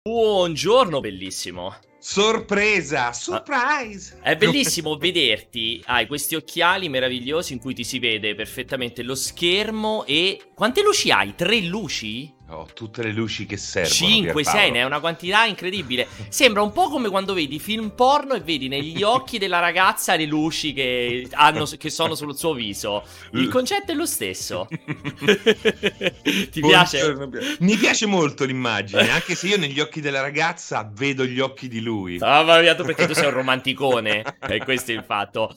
Buongiorno, bellissimo. Sorpresa, surprise! È bellissimo vederti. Hai questi occhiali meravigliosi in cui ti si vede perfettamente lo schermo e... Quante luci hai? 3 luci? Ho tutte le luci che servono. 5, 6, ne è una quantità incredibile. Sembra un po' come quando vedi film porno e vedi negli occhi della ragazza le luci che sono sul suo viso. Il concetto è lo stesso. Ti piace? Mi piace molto l'immagine, anche se io negli occhi della ragazza vedo gli occhi di lui. Mamma mia, perché tu sei un romanticone. E questo è il fatto.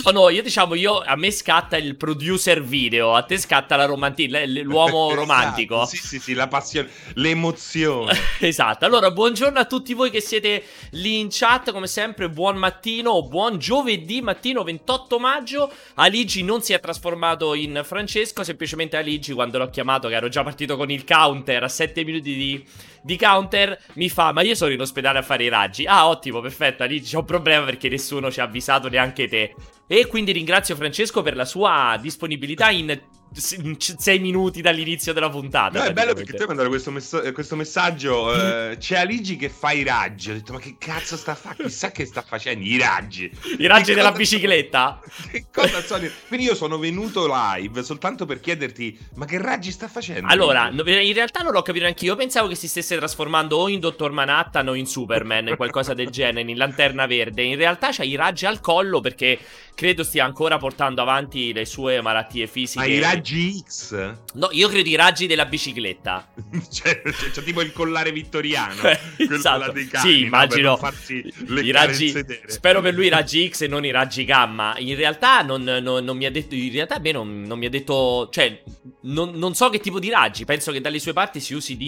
A me scatta il producer video, a te scatta l'uomo romantico. Sì, la passione, l'emozione. Esatto. Allora, buongiorno a tutti voi che siete lì in chat. Come sempre, buon mattino o buon giovedì mattino 28 maggio. Aligi non si è trasformato in Francesco, semplicemente Aligi, quando l'ho chiamato, che ero già partito con il counter a 7 minuti di counter, mi fa: ma io sono in ospedale a fare i raggi. Ah, ottimo, perfetto, Aligi, c'è un problema perché nessuno ci ha avvisato, neanche te. E quindi ringrazio Francesco per la sua disponibilità in 6 minuti dall'inizio della puntata. No, è bello perché tu hai mandato questo messaggio. C'è Aligi che fa i raggi. Ho detto, ma che cazzo sta a fare? Chissà che sta facendo i raggi. I raggi della bicicletta. Che cosa sono? Quindi io sono venuto live soltanto per chiederti, ma che raggi sta facendo? Allora, in realtà non l'ho capito neanche io. Pensavo che si stesse trasformando o in Dottor Manhattan o in Superman, qualcosa del genere, in Lanterna Verde. In realtà c'ha i raggi al collo perché credo stia ancora portando avanti le sue malattie fisiche. Ma i raggi X? No, io credo i raggi della bicicletta. c'è tipo il collare vittoriano. Esatto. Dei cani, sì, immagino. No, per non farsi I raggi. Spero per lui i raggi X e non i raggi gamma. In realtà non mi ha detto. In realtà a me non mi ha detto. Cioè, non so che tipo di raggi. Penso che dalle sue parti si usa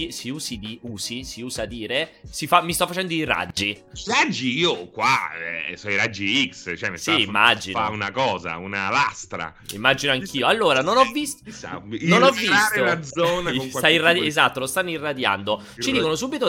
dire. Mi sto facendo i raggi. I raggi io qua sono i raggi X. Cioè, sì, immagino. Fa una cosa, una lastra. Immagino anch'io. Allora, non ho visto. Non ho visto la zona con esatto, lo stanno irradiando. Ci dicono subito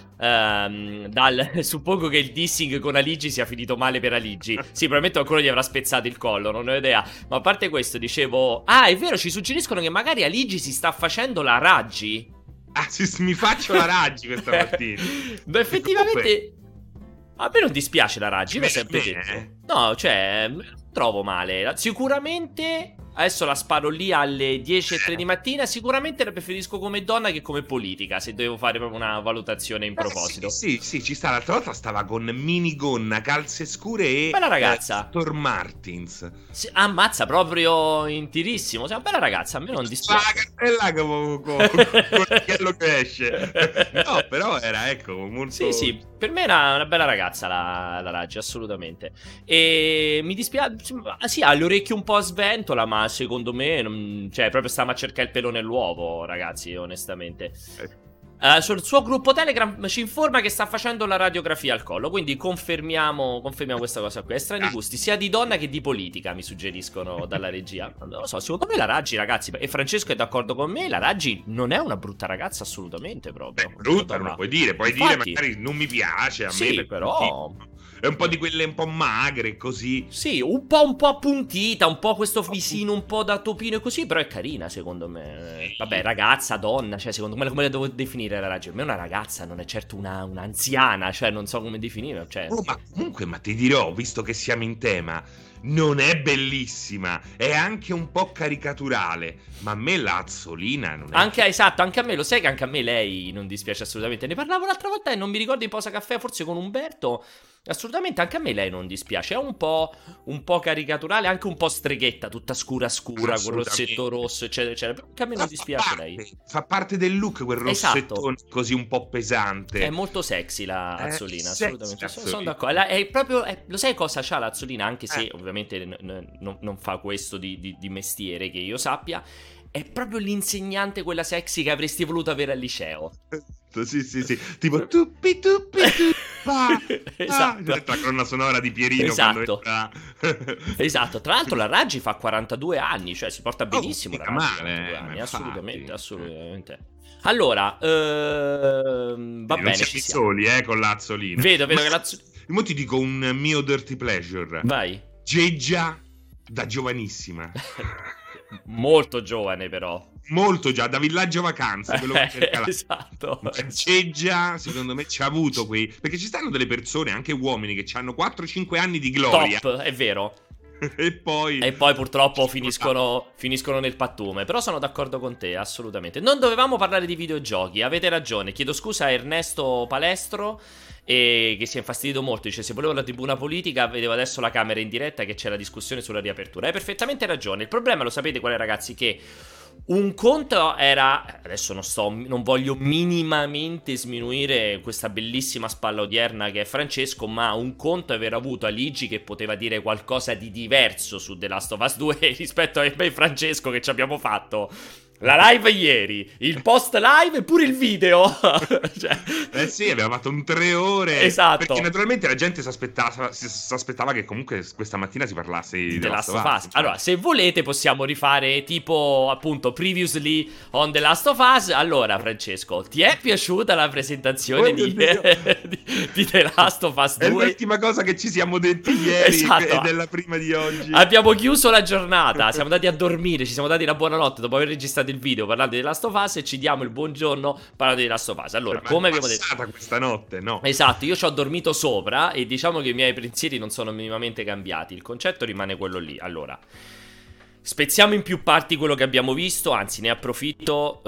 suppongo che il dissing con Aligi sia finito male per Aligi. Sì, probabilmente qualcuno gli avrà spezzato il collo, non ho idea. Ma a parte questo, dicevo, è vero, ci suggeriscono che magari Aligi si sta facendo la raggi. Mi faccio la raggi questa mattina. Beh, effettivamente a me non dispiace la raggi, io l'ho sempre detto. No, cioè, trovo male. Sicuramente adesso la sparo lì alle 10:03 di mattina. Sicuramente la preferisco come donna che come politica, se devo fare proprio una valutazione in proposito. Sì, ci sta. L'altra volta stava con minigonna, calze scure e bella ragazza. Dr. Martins. Sì, ammazza, proprio in tirissimo. Sei una bella ragazza, a me non dispiace. La cartella con quello che esce. No, però era, ecco, molto... Sì, per me era una bella ragazza la Raggi, assolutamente. E mi dispiace, sì, ha le orecchie un po' a sventola, ma secondo me, cioè, proprio stiamo a cercare il pelo nell'uovo, ragazzi, onestamente. Sul suo gruppo Telegram ci informa che sta facendo la radiografia al collo, quindi confermiamo questa cosa qui. È strani gusti, sia di donna che di politica, mi suggeriscono dalla regia. Non lo so, secondo me la Raggi, ragazzi, e Francesco è d'accordo con me, la Raggi non è una brutta ragazza, assolutamente, proprio. Beh, brutta non lo puoi dire, dire magari non mi piace, a me però... È un po' di quelle un po' magre, così. Sì, un po' appuntita, un po' questo visino un po' da topino e così, però è carina, secondo me. Sì. Vabbè, ragazza, donna, cioè, secondo me come la devo definire la Raggi? Per me una ragazza non è certo un'anziana, cioè, non so come definire, cioè... ma comunque, ti dirò, visto che siamo in tema, non è bellissima, è anche un po' caricaturale, ma a me la Azzolina non è... Esatto, anche a me, lo sai che anche a me lei non dispiace assolutamente. Ne parlavo l'altra volta e non mi ricordo in pausa caffè, forse con Umberto. Assolutamente, anche a me lei non dispiace. È un po' caricaturale, anche un po' streghetta, tutta scura, con rossetto rosso, eccetera, eccetera. Però anche a me non dispiace lei. Fa parte del look quel rossettone così un po' pesante. È molto sexy la Azzolina, assolutamente. Sono d'accordo. È proprio, lo sai cosa c'ha la Azzolina? Anche se ovviamente non fa questo di mestiere che io sappia. È proprio l'insegnante, quella sexy che avresti voluto avere al liceo. Sì. Tipo tuppi. Esatto. La colonna sonora di Pierino. Esatto. Esatto. Tra l'altro la Raggi fa 42 anni, cioè si porta benissimo la Raggi. Male, anni, assolutamente. Allora, va bene, ci siamo soli, con l'Azzolina. Vedo che l'Azzolina... Mo ti dico un mio dirty pleasure. Vai. Geggia da giovanissima. Molto giovane però. Molto già, da villaggio vacanze, quello che cerca esatto. Cazzeggia, secondo me ci ha avuto quei... Perché ci stanno delle persone, anche uomini, che hanno 4-5 anni di gloria. Top, è vero. E poi purtroppo finiscono nel pattume. Però sono d'accordo con te, assolutamente. Non dovevamo parlare di videogiochi, avete ragione. Chiedo scusa a Ernesto Palestro, che si è infastidito molto. Dice: se volevo la tribuna politica, vedevo adesso la camera in diretta che c'è la discussione sulla riapertura. Hai perfettamente ragione. Il problema, lo sapete qual è, ragazzi? Che un conto era, adesso non voglio minimamente sminuire questa bellissima spalla odierna che è Francesco, ma un conto è aver avuto Aligi che poteva dire qualcosa di diverso su The Last of Us 2 rispetto a me e Francesco che ci abbiamo fatto la live ieri, il post live e pure il video. Cioè... sì, abbiamo fatto un 3 ore. Esatto. Perché naturalmente la gente si aspettava che comunque questa mattina si parlasse di The Last of Us. Allora, se volete possiamo rifare tipo appunto previously on The Last of Us. Allora, Francesco, ti è piaciuta la presentazione di The Last of Us 2? È l'ultima cosa che ci siamo detti ieri. Esatto. Ed è la prima di oggi. Abbiamo chiuso la giornata, siamo andati a dormire, ci siamo dati la buonanotte dopo aver registrato il video parlando di Last of Us e ci diamo il buongiorno parlando di Last of Us. Allora, come abbiamo detto, questa notte, no? Esatto, io ci ho dormito sopra e diciamo che i miei pensieri non sono minimamente cambiati. Il concetto rimane quello lì. Allora, spezziamo in più parti quello che abbiamo visto, anzi ne approfitto.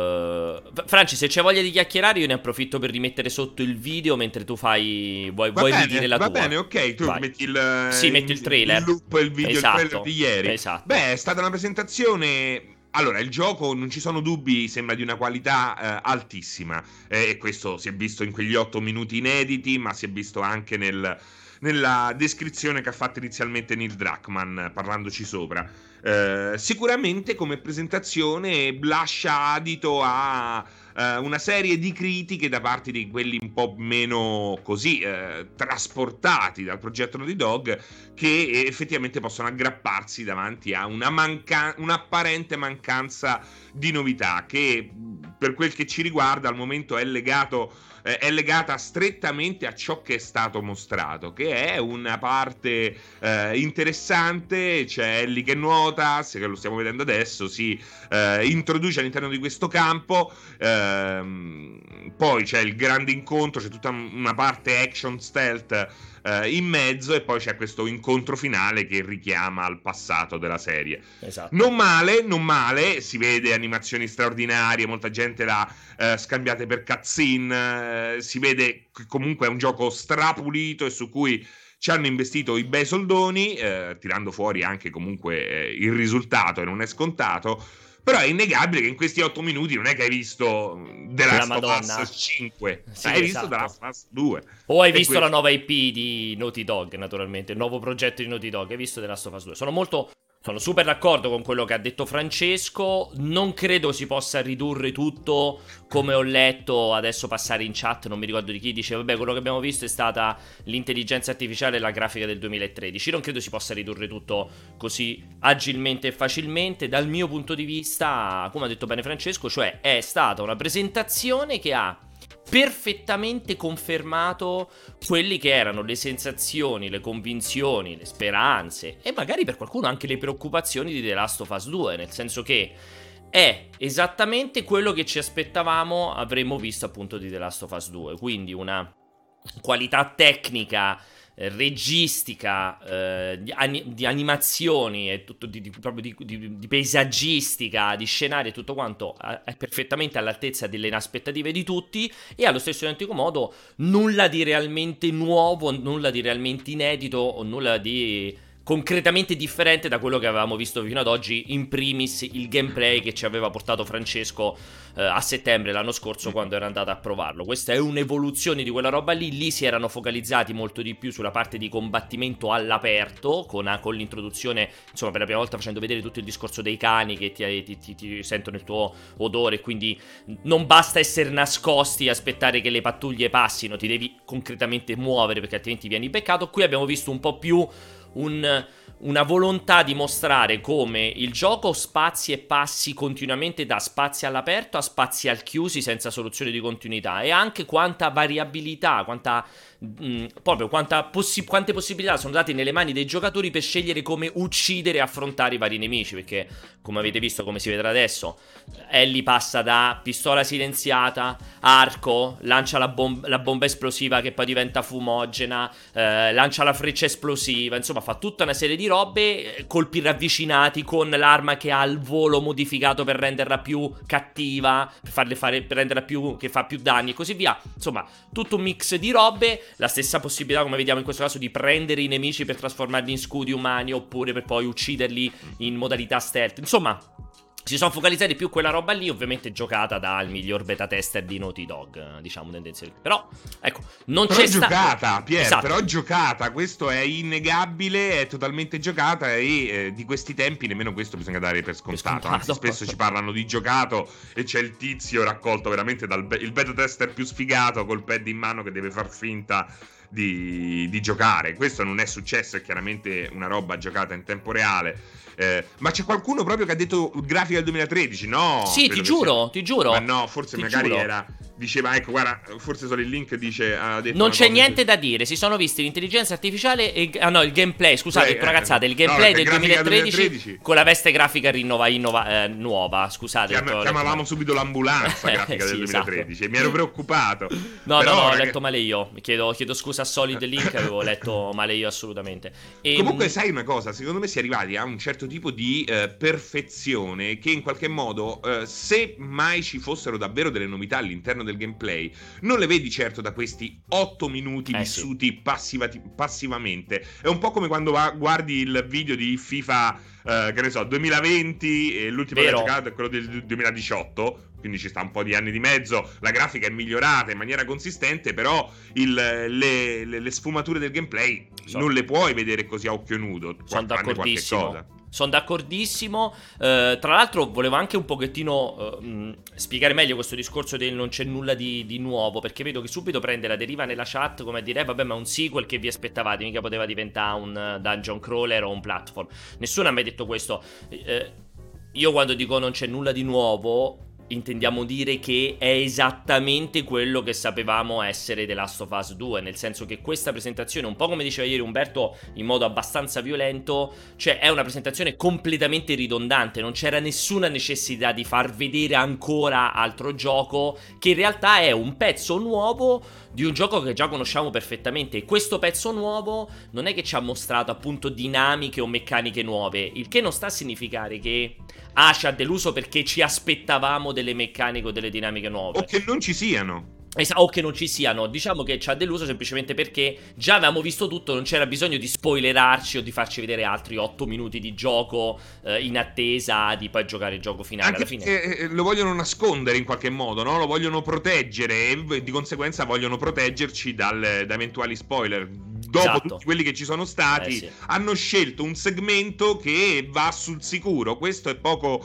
Franci, se c'è voglia di chiacchierare, io ne approfitto per rimettere sotto il video mentre tu vuoi ridire la tua. Va bene, ok, tu metti metti il trailer. Il loop, il video, esatto, il trailer di ieri. Esatto. Beh, è stata una presentazione... Allora, il gioco, non ci sono dubbi, sembra di una qualità altissima. E questo si è visto in quegli 8 minuti inediti, ma si è visto anche nella descrizione che ha fatto inizialmente Neil Druckmann, parlandoci sopra. Sicuramente come presentazione lascia adito a una serie di critiche da parte di quelli un po' meno così trasportati dal progetto Naughty Dog, che effettivamente possono aggrapparsi davanti a un'apparente mancanza di novità che, per quel che ci riguarda, al momento è legata strettamente a ciò che è stato mostrato, che è una parte interessante. C'è Ellie che nuota, che lo stiamo vedendo adesso, si introduce all'interno di questo campo, poi c'è il grande incontro, c'è tutta una parte action stealth in mezzo, e poi c'è questo incontro finale che richiama al passato della serie. Esatto. Non male, si vede animazioni straordinarie, molta gente l'ha scambiate per cutscene, si vede che comunque è un gioco strapulito e su cui ci hanno investito i bei soldoni, tirando fuori anche comunque il risultato, e non è scontato. Però è innegabile che in questi 8 minuti non è che hai visto The Last of Us 5, sì, hai visto The Last of Us 2. O hai visto la nuova IP di Naughty Dog, naturalmente, il nuovo progetto di Naughty Dog, hai visto The Last of Us 2. Sono super d'accordo con quello che ha detto Francesco. Non credo si possa ridurre tutto, come ho letto adesso passare in chat, non mi ricordo di chi, dice vabbè, quello che abbiamo visto è stata l'intelligenza artificiale e la grafica del 2013. Non credo si possa ridurre tutto così agilmente e facilmente. Dal mio punto di vista, come ha detto bene Francesco, cioè è stata una presentazione che ha perfettamente confermato quelli che erano le sensazioni, le convinzioni, le speranze e magari per qualcuno anche le preoccupazioni di The Last of Us 2, nel senso che è esattamente quello che ci aspettavamo avremmo visto appunto di The Last of Us 2, quindi una qualità tecnica, registica, di animazioni e tutto proprio di paesaggistica, di scenari e tutto quanto è perfettamente all'altezza delle aspettative di tutti, e allo stesso identico modo nulla di realmente nuovo, nulla di realmente inedito o nulla di concretamente differente da quello che avevamo visto fino ad oggi, in primis il gameplay che ci aveva portato Francesco a settembre l'anno scorso quando era andato a provarlo. Questa è un'evoluzione di quella roba lì si erano focalizzati molto di più sulla parte di combattimento all'aperto con l'introduzione, insomma, per la prima volta facendo vedere tutto il discorso dei cani che ti sentono il tuo odore, quindi non basta essere nascosti e aspettare che le pattuglie passino, ti devi concretamente muovere perché altrimenti vieni beccato. Qui abbiamo visto un po' più una volontà di mostrare come il gioco spazi e passi continuamente da spazi all'aperto a spazi al chiusi senza soluzione di continuità, e anche quanta variabilità, proprio quante possibilità sono date nelle mani dei giocatori per scegliere come uccidere e affrontare i vari nemici, perché come avete visto, come si vedrà adesso, Ellie passa da pistola silenziata, arco, lancia la bomba esplosiva che poi diventa fumogena, lancia la freccia esplosiva, insomma fa tutta una serie di robe, colpi ravvicinati con l'arma che ha il volo modificato per renderla più cattiva, per renderla più, che fa più danni e così via. Insomma, tutto un mix di robe, la stessa possibilità, come vediamo in questo caso, di prendere i nemici per trasformarli in scudi umani oppure per poi ucciderli in modalità stealth. Insomma, si sono focalizzati più quella roba lì, ovviamente giocata dal miglior beta tester di Naughty Dog, diciamo tendenzialmente. Però, ecco, non però c'è giocata, Pier, esatto. Però giocata, questo è innegabile, è totalmente giocata e di questi tempi nemmeno questo bisogna dare per scontato. Anzi, spesso ci parlano di giocato e c'è il tizio raccolto veramente il beta tester più sfigato col pad in mano che deve far finta di giocare. Questo non è successo, è chiaramente una roba giocata in tempo reale. Ma c'è qualcuno proprio che ha detto grafica del 2013? No, sì, ti giuro. Ma no, forse magari giuro. diceva, ecco, guarda, forse solo il link dice, ha detto non c'è niente da dire, si sono visti l'intelligenza artificiale e il gameplay, scusate, ho detto ragazzate, il gameplay del 2013 con la veste grafica nuova, scusate. Chiamavamo subito l'ambulanza grafica del 2013, esatto. E mi ero preoccupato. No, ho letto male io, chiedo scusa a Solid Link, avevo letto male io assolutamente. Comunque sai una cosa, secondo me si è arrivati a un certo tipo di perfezione che in qualche modo, se mai ci fossero davvero delle novità all'interno del gameplay, non le vedi certo da questi 8 minuti vissuti passivamente. È un po' come quando guardi il video di FIFA, che ne so, 2020 e l'ultimo che ho giocato è quello del 2018, quindi ci sta un po' di anni di mezzo, la grafica è migliorata in maniera consistente, però le sfumature del gameplay non le puoi vedere così a occhio nudo. Sono d'accordissimo. Sono d'accordissimo. Tra l'altro volevo anche un pochettino spiegare meglio questo discorso del non c'è nulla di nuovo, perché vedo che subito prende la deriva nella chat come a dire vabbè, ma un sequel che vi aspettavate, mica poteva diventare un dungeon crawler o un platform. Nessuno ha mai detto questo. Io quando dico non c'è nulla di nuovo intendiamo dire che è esattamente quello che sapevamo essere The Last of Us 2, nel senso che questa presentazione, un po' come diceva ieri Umberto in modo abbastanza violento, cioè è una presentazione completamente ridondante, non c'era nessuna necessità di far vedere ancora altro gioco, che in realtà è un pezzo nuovo di un gioco che già conosciamo perfettamente, e questo pezzo nuovo non è che ci ha mostrato appunto dinamiche o meccaniche nuove, il che non sta a significare che ci ha deluso perché ci aspettavamo delle meccaniche o delle dinamiche nuove, o che non ci siano. O che non ci siano. Diciamo che ci ha deluso semplicemente perché già avevamo visto tutto, non c'era bisogno di spoilerarci o di farci vedere altri 8 minuti di gioco in attesa di poi giocare il gioco finale. Anche alla fine perché lo vogliono nascondere in qualche modo, no? Lo vogliono proteggere e di conseguenza vogliono proteggerci da eventuali spoiler. Dopo tutti quelli che ci sono stati, hanno scelto un segmento che va sul sicuro. Questo è poco...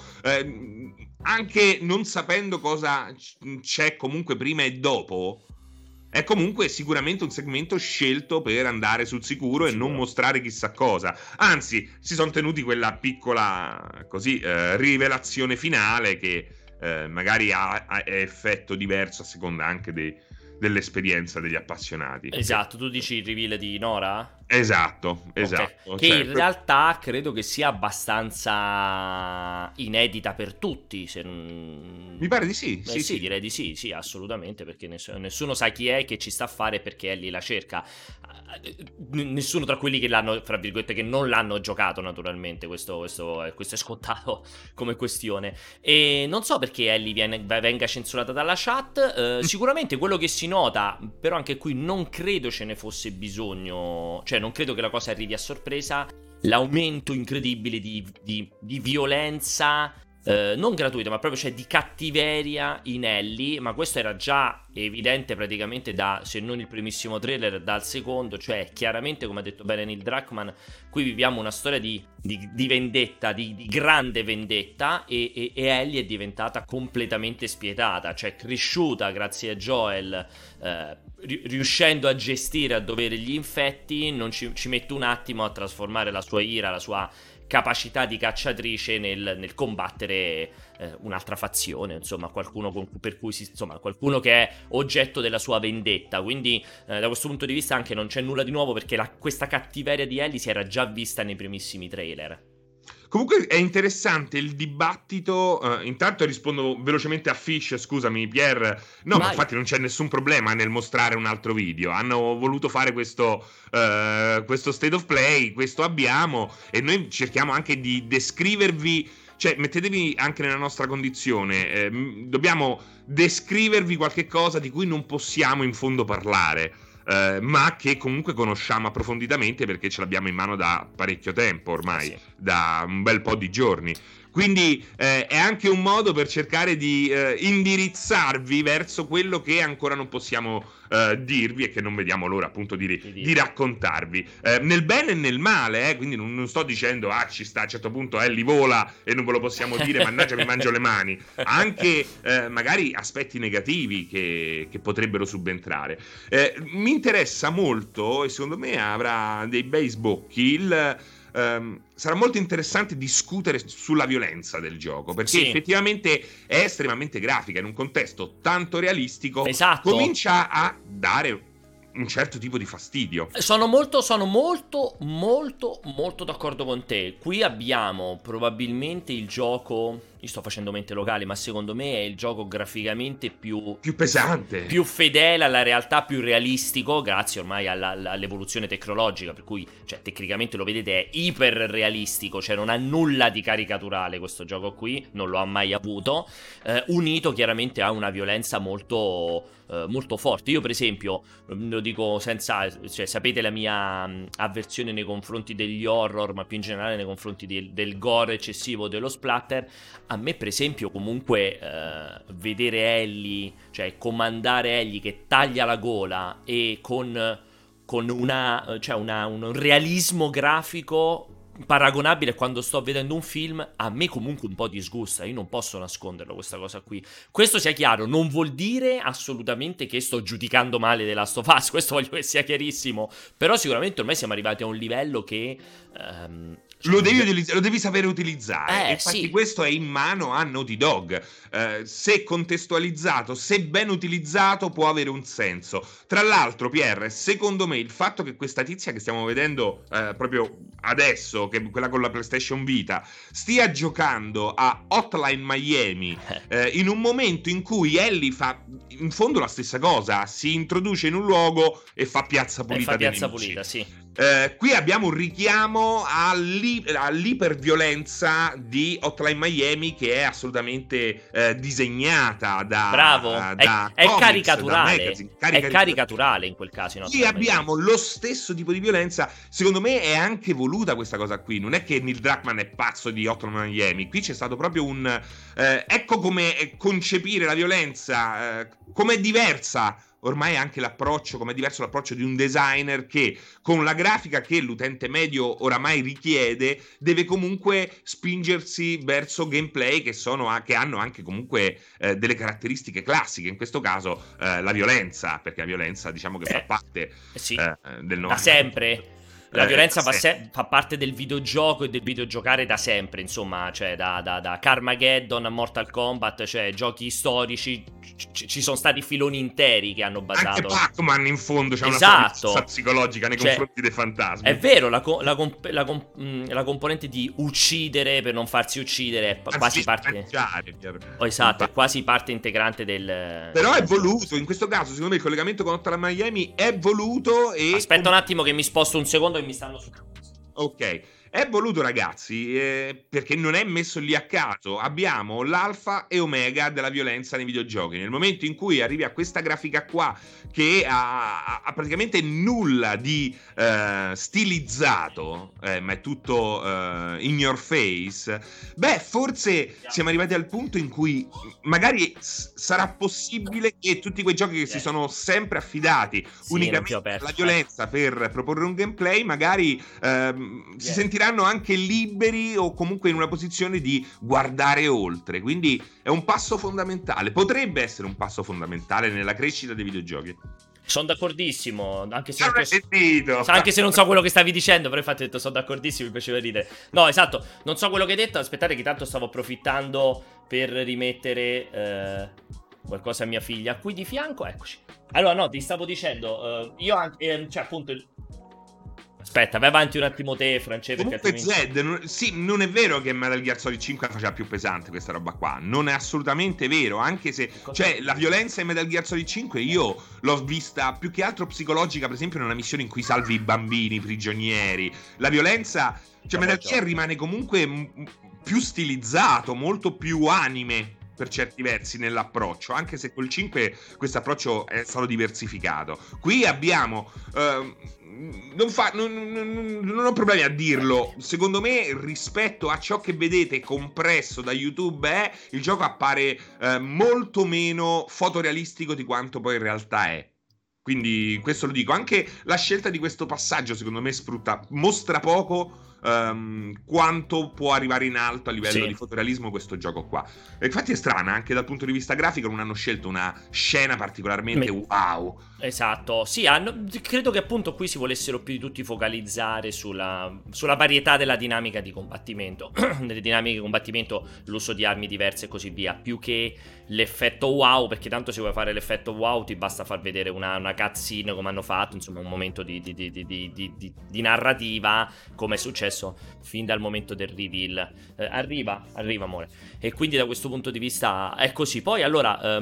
anche non sapendo cosa c'è comunque prima e dopo, è comunque sicuramente un segmento scelto per andare sul sicuro e non mostrare chissà cosa. Anzi, si sono tenuti quella piccola rivelazione finale che magari ha effetto diverso a seconda anche dell'esperienza degli appassionati. Esatto, tu dici il reveal di Nora? Esatto. Che in realtà credo che sia abbastanza inedita per tutti. Mi pare di sì. Sì, direi di sì, assolutamente, perché nessuno sa chi è, che ci sta a fare, perché Ellie la cerca. Nessuno tra quelli che l'hanno, fra virgolette, che non l'hanno giocato, naturalmente. Questo è scontato come questione. E non so perché Ellie venga censurata dalla chat. Sicuramente quello che si nota, però anche qui non credo ce ne fosse bisogno, cioè non credo che la cosa arrivi a sorpresa, l'aumento incredibile di violenza, non gratuita, ma proprio, cioè, di cattiveria in Ellie. Ma questo era già evidente praticamente se non il primissimo trailer, dal secondo. Cioè chiaramente, come ha detto bene Neil Druckmann, qui viviamo una storia di vendetta, di grande vendetta, e Ellie è diventata completamente spietata, cioè cresciuta grazie a Joel, riuscendo a gestire a dovere gli infetti, non ci mette un attimo a trasformare la sua ira, la sua capacità di cacciatrice nel combattere un'altra fazione, insomma, qualcuno per cui qualcuno che è oggetto della sua vendetta. Quindi da questo punto di vista anche non c'è nulla di nuovo, perché questa cattiveria di Ellie si era già vista nei primissimi trailer. Comunque è interessante il dibattito. Intanto rispondo velocemente a Fish, scusami Pier. No, ma infatti non c'è nessun problema nel mostrare un altro video. Hanno voluto fare questo state of play, questo abbiamo, e noi cerchiamo anche di descrivervi, cioè mettetevi anche nella nostra condizione. Dobbiamo descrivervi qualche cosa di cui non possiamo in fondo parlare. Ma che comunque conosciamo approfonditamente, perché ce l'abbiamo in mano da parecchio tempo ormai, sì, da un bel po' di giorni. Quindi è anche un modo per cercare di indirizzarvi verso quello che ancora non possiamo dirvi e che non vediamo l'ora appunto di raccontarvi, nel bene e nel male, quindi non sto dicendo ci sta, a un certo punto Ellie vola e non ve lo possiamo dire, mannaggia mi mangio le mani. Anche magari aspetti negativi che potrebbero subentrare. Mi interessa molto, e secondo me avrà dei bei sbocchi, sarà molto interessante discutere sulla violenza del gioco, perché effettivamente è estremamente grafica in un contesto tanto realistico. Esatto. Comincia a dare un certo tipo di fastidio. Sono molto d'accordo con te. Qui abbiamo probabilmente il gioco, io sto facendo mente locale, ma secondo me è il gioco graficamente più pesante, più fedele alla realtà, più realistico, grazie ormai all'evoluzione tecnologica, per cui cioè tecnicamente lo vedete è iper realistico, cioè non ha nulla di caricaturale questo gioco qui, non lo ha mai avuto, unito chiaramente a una violenza molto forte. Io per esempio lo dico senza, cioè sapete la mia avversione nei confronti degli horror, ma più in generale nei confronti del gore eccessivo, dello splatter. A me per esempio comunque vedere Ellie, cioè comandare Ellie che taglia la gola e con un realismo grafico paragonabile quando sto vedendo un film, a me comunque un po' disgusta. Io non posso nasconderlo questa cosa qui. Questo sia chiaro, non vuol dire assolutamente che sto giudicando male The Last of Us, questo voglio che sia chiarissimo, però sicuramente ormai siamo arrivati a un livello che lo devi sapere utilizzare. Infatti sì, questo è in mano a Naughty Dog. Se contestualizzato, se ben utilizzato, può avere un senso. Tra l'altro, Pierre, secondo me il fatto che questa tizia che stiamo vedendo proprio adesso, che quella con la PlayStation Vita, stia giocando a Hotline Miami in un momento in cui Ellie fa in fondo la stessa cosa, si introduce in un luogo e fa piazza pulita dei nemici. Sì. Qui abbiamo un richiamo all'iperviolenza di Hotline Miami, che è assolutamente disegnata da bravo, da è comics, caricaturale, da magazine, è caricaturale in quel caso. Qui abbiamo lo stesso tipo di violenza. Secondo me è anche voluta questa cosa qui. Non è che Neil Druckmann è pazzo di Hotline Miami. Qui c'è stato proprio un ecco come concepire la violenza, com'è diversa ormai anche l'approccio, come è diverso l'approccio di un designer che con la grafica che l'utente medio oramai richiede deve comunque spingersi verso gameplay che hanno anche comunque delle caratteristiche classiche, in questo caso la violenza, perché la violenza diciamo che fa parte del nostro, da sempre. La violenza fa parte del videogioco e del videogiocare da sempre, insomma, cioè da Carmageddon a Mortal Kombat, cioè giochi storici, ci sono stati filoni interi che hanno basato. Anche Pac-Man in fondo c'è una forza psicologica nei confronti dei fantasmi. È vero, la componente di uccidere per non farsi uccidere è quasi parte. Esatto, è quasi parte integrante del. Però è voluto, in questo caso, secondo me il collegamento con Hotline Miami è voluto e. Aspetta un attimo che mi sposto un secondo e mi stanno su. Ok, è voluto ragazzi, perché non è messo lì a caso. Abbiamo l'alfa e omega della violenza nei videogiochi. Nel momento in cui arrivi a questa grafica qua che ha praticamente nulla di stilizzato, ma è tutto in your face, beh, forse siamo arrivati al punto in cui magari sarà possibile che tutti quei giochi che si sono sempre affidati unicamente alla violenza per proporre un gameplay, magari si sentiranno anche liberi o comunque in una posizione di guardare oltre. Quindi è un passo fondamentale, potrebbe essere un passo fondamentale nella crescita dei videogiochi. Sono d'accordissimo, anche se, Non l'hai sentito. anche se non so quello che stavi dicendo, però infatti ho detto sono d'accordissimo, mi piaceva ridere. No, esatto, non so quello che hai detto, aspettate che tanto stavo approfittando per rimettere qualcosa a mia figlia qui di fianco, eccoci. Allora no, ti stavo dicendo, io anche, cioè appunto... Aspetta, vai avanti un attimo te, Francesco. Comunque Zed, sì, non è vero che Metal Gear Solid 5 faceva più pesante questa roba qua, non è assolutamente vero, anche se, cioè, la violenza in Metal Gear Solid 5 io l'ho vista più che altro psicologica, per esempio nella missione in cui salvi i bambini, i prigionieri, la violenza, cioè Metal Gear rimane comunque più stilizzato, molto più anime per certi versi nell'approccio, anche se col 5 questo approccio è stato diversificato. Qui abbiamo non ho problemi a dirlo, secondo me rispetto a ciò che vedete compresso da YouTube il gioco appare molto meno fotorealistico di quanto poi in realtà è. Quindi questo lo dico, anche la scelta di questo passaggio secondo me mostra poco quanto può arrivare in alto a livello di fotorealismo questo gioco qua. E infatti è strana, anche dal punto di vista grafico non hanno scelto una scena particolarmente wow. Esatto, sì, credo che appunto qui si volessero più di tutti focalizzare sulla varietà della dinamica di combattimento. Nelle dinamiche di combattimento, l'uso di armi diverse e così via, più che l'effetto wow, perché tanto se vuoi fare l'effetto wow ti basta far vedere una cutscene come hanno fatto, insomma un momento di narrativa, come è successo fin dal momento del reveal. Arriva amore. E quindi da questo punto di vista è così. Poi allora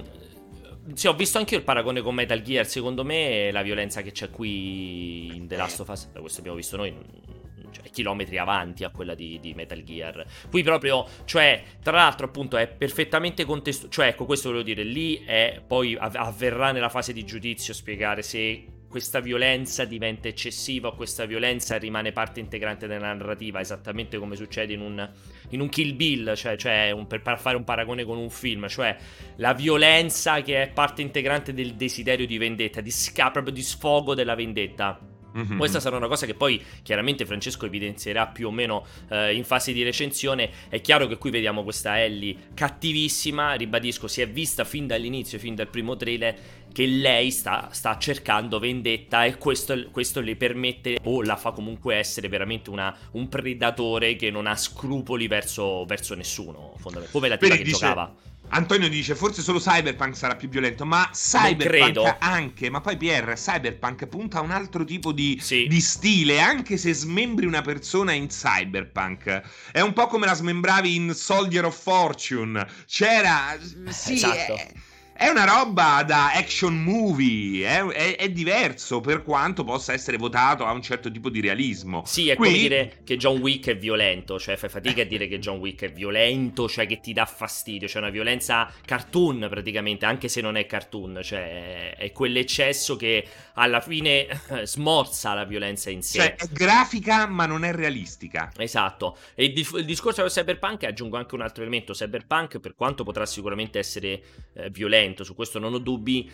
sì, ho visto anche il paragone con Metal Gear. Secondo me la violenza che c'è qui in The Last of Us, da questo abbiamo visto noi, cioè, chilometri avanti a quella di Metal Gear. Qui proprio, cioè, tra l'altro appunto è perfettamente cioè, ecco, questo volevo dire, lì poi avverrà nella fase di giudizio spiegare se questa violenza diventa eccessiva o questa violenza rimane parte integrante della narrativa, esattamente come succede in un Kill Bill, cioè per fare un paragone con un film, cioè la violenza che è parte integrante del desiderio di vendetta, proprio di sfogo della vendetta. Mm-hmm. Questa sarà una cosa che poi chiaramente Francesco evidenzierà più o meno in fase di recensione. È chiaro che qui vediamo questa Ellie cattivissima, ribadisco, si è vista fin dall'inizio, fin dal primo trailer, che lei sta cercando vendetta, e questo le permette o la fa comunque essere veramente un predatore che non ha scrupoli verso nessuno, fondamentalmente, come la tipa che giocava. Antonio dice forse solo Cyberpunk sarà più violento, ma Cyberpunk anche, ma poi Pierre, Cyberpunk punta a un altro tipo di stile, anche se smembri una persona in Cyberpunk è un po' come la smembravi in Soldier of Fortune, c'era esatto. È una roba da action movie, è diverso, per quanto possa essere votato a un certo tipo di realismo. Sì, è come dire che John Wick è violento, cioè fai fatica a dire che John Wick è violento, cioè che ti dà fastidio, cioè una violenza cartoon praticamente, anche se non è cartoon, cioè è quell'eccesso che alla fine smorza la violenza in sé. Cioè è grafica ma non è realistica. Esatto, e il discorso del Cyberpunk, aggiungo anche un altro elemento. Cyberpunk, per quanto potrà sicuramente essere violento, su questo non ho dubbi,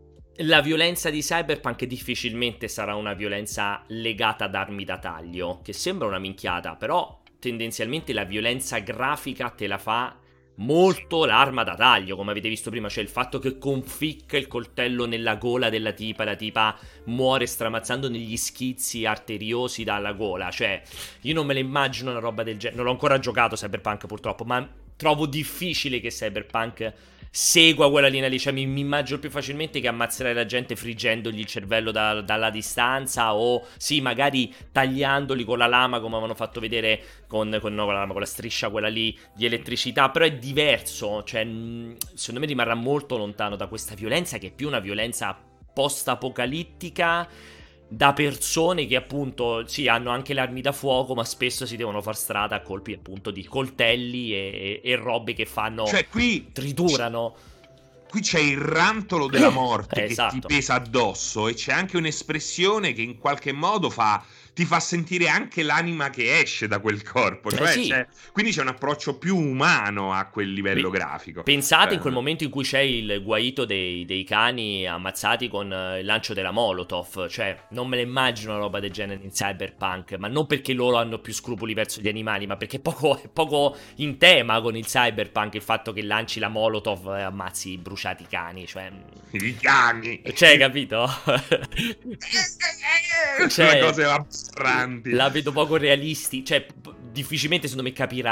la violenza di Cyberpunk difficilmente sarà una violenza legata ad armi da taglio, che sembra una minchiata, però tendenzialmente la violenza grafica te la fa molto l'arma da taglio, come avete visto prima, cioè il fatto che conficca il coltello nella gola della tipa e la tipa muore stramazzando negli schizzi arteriosi dalla gola. Cioè io non me la immagino una roba del genere, non l'ho ancora giocato Cyberpunk purtroppo, ma trovo difficile che Cyberpunk segua quella linea lì, cioè mi immagino più facilmente che ammazzerai la gente friggendogli il cervello dalla distanza, o sì, magari tagliandoli con la lama come avevano fatto vedere con la striscia quella lì di elettricità, però è diverso, cioè secondo me rimarrà molto lontano da questa violenza, che è più una violenza post-apocalittica da persone che appunto sì hanno anche le armi da fuoco, ma spesso si devono far strada a colpi appunto di coltelli e robe che fanno, cioè qui triturano. Qui c'è il rantolo della morte esatto, che ti pesa addosso, e c'è anche un'espressione che in qualche modo ti fa sentire anche l'anima che esce da quel corpo, cioè sì. quindi c'è un approccio più umano a quel livello grafico. Pensate in quel momento in cui c'è il guaito dei cani ammazzati con il lancio della Molotov, cioè non me la immagino una roba del genere in Cyberpunk, ma non perché loro hanno più scrupoli verso gli animali, ma perché è poco in tema con il Cyberpunk il fatto che lanci la Molotov e ammazzi i bruciati cani, cioè i cani, cioè, capito? Cioè, cose aberranti. La vedo poco realisti, cioè difficilmente secondo me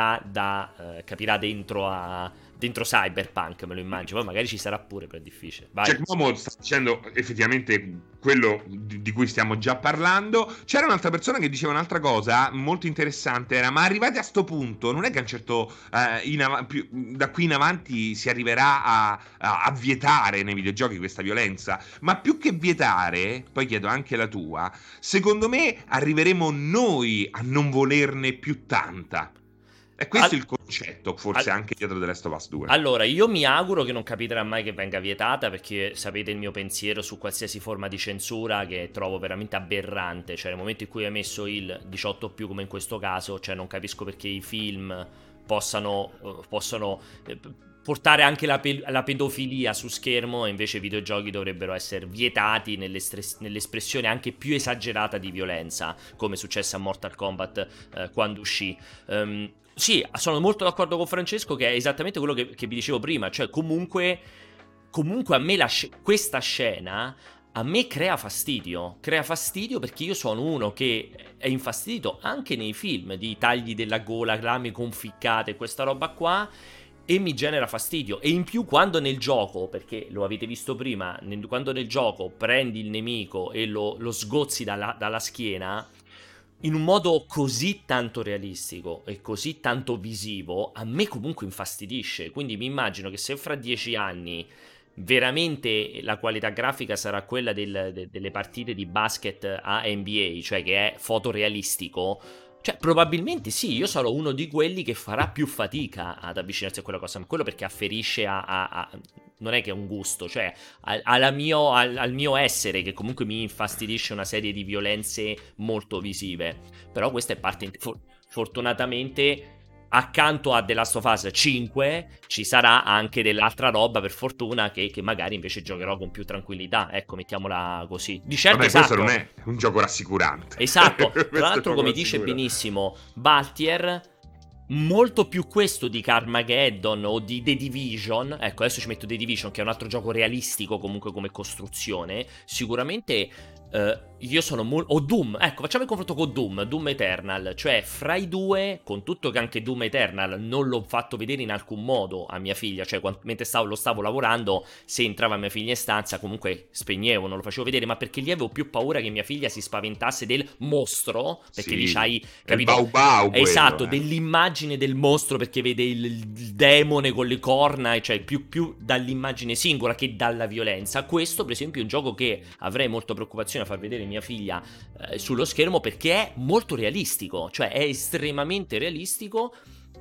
capirà dentro Cyberpunk, me lo immagino. Poi magari ci sarà pure, però è difficile. Vai. Jack Momo sta dicendo effettivamente quello di cui stiamo già parlando. C'era un'altra persona che diceva un'altra cosa molto interessante, era: ma arrivati a sto punto non è che a un certo da qui in avanti si arriverà a vietare nei videogiochi questa violenza, ma più che vietare, poi chiedo anche la tua, secondo me arriveremo noi a non volerne più tanta. E questo è il concetto, forse anche dietro The Last of Us 2. Allora, io mi auguro che non capiterà mai che venga vietata, perché sapete il mio pensiero su qualsiasi forma di censura, che trovo veramente aberrante. Cioè, nel momento in cui hai messo il 18+, come in questo caso, cioè non capisco perché i film possano portare anche la pedofilia su schermo, e invece i videogiochi dovrebbero essere vietati nell'espressione anche più esagerata di violenza, come è successo a Mortal Kombat quando uscì. Sì, sono molto d'accordo con Francesco, che è esattamente quello che vi dicevo prima, cioè comunque a me questa scena a me crea fastidio perché io sono uno che è infastidito anche nei film di tagli della gola, lame conficcate, questa roba qua, e mi genera fastidio. E in più quando nel gioco, perché lo avete visto prima, quando nel gioco prendi il nemico e lo sgozzi dalla schiena in un modo così tanto realistico e così tanto visivo, a me comunque infastidisce. Quindi mi immagino che se fra 10 anni veramente la qualità grafica sarà quella delle partite di basket a NBA, cioè che è fotorealistico, cioè probabilmente sì, io sarò uno di quelli che farà più fatica ad avvicinarsi a quella cosa, quello perché afferisce non è che è un gusto, cioè al mio essere, che comunque mi infastidisce una serie di violenze molto visive. Però questa è parte, fortunatamente accanto a The Last of Us 5 ci sarà anche dell'altra roba, per fortuna, che magari invece giocherò con più tranquillità, ecco, mettiamola così. Di certo, vabbè, esatto, questo non è un gioco rassicurante. Esatto, tra l'altro come dice benissimo Baltier, molto più questo di Carmageddon o di The Division. Ecco, adesso ci metto The Division, che è un altro gioco realistico comunque come costruzione. Sicuramente io sono o Doom, ecco, facciamo il confronto con Doom Eternal. Cioè fra i due, con tutto che anche Doom Eternal non l'ho fatto vedere in alcun modo a mia figlia, cioè mentre lo stavo lavorando, se entrava mia figlia in stanza comunque spegnevo, non lo facevo vedere, ma perché lì avevo più paura che mia figlia si spaventasse del mostro, perché sì, lì c'hai, capito? Il bau Esatto, dell'immagine del mostro, perché vede il demone con le corna, cioè più dall'immagine singola che dalla violenza. Questo per esempio è un gioco che avrei molta preoccupazione a far vedere mia figlia sullo schermo, perché è molto realistico, cioè è estremamente realistico,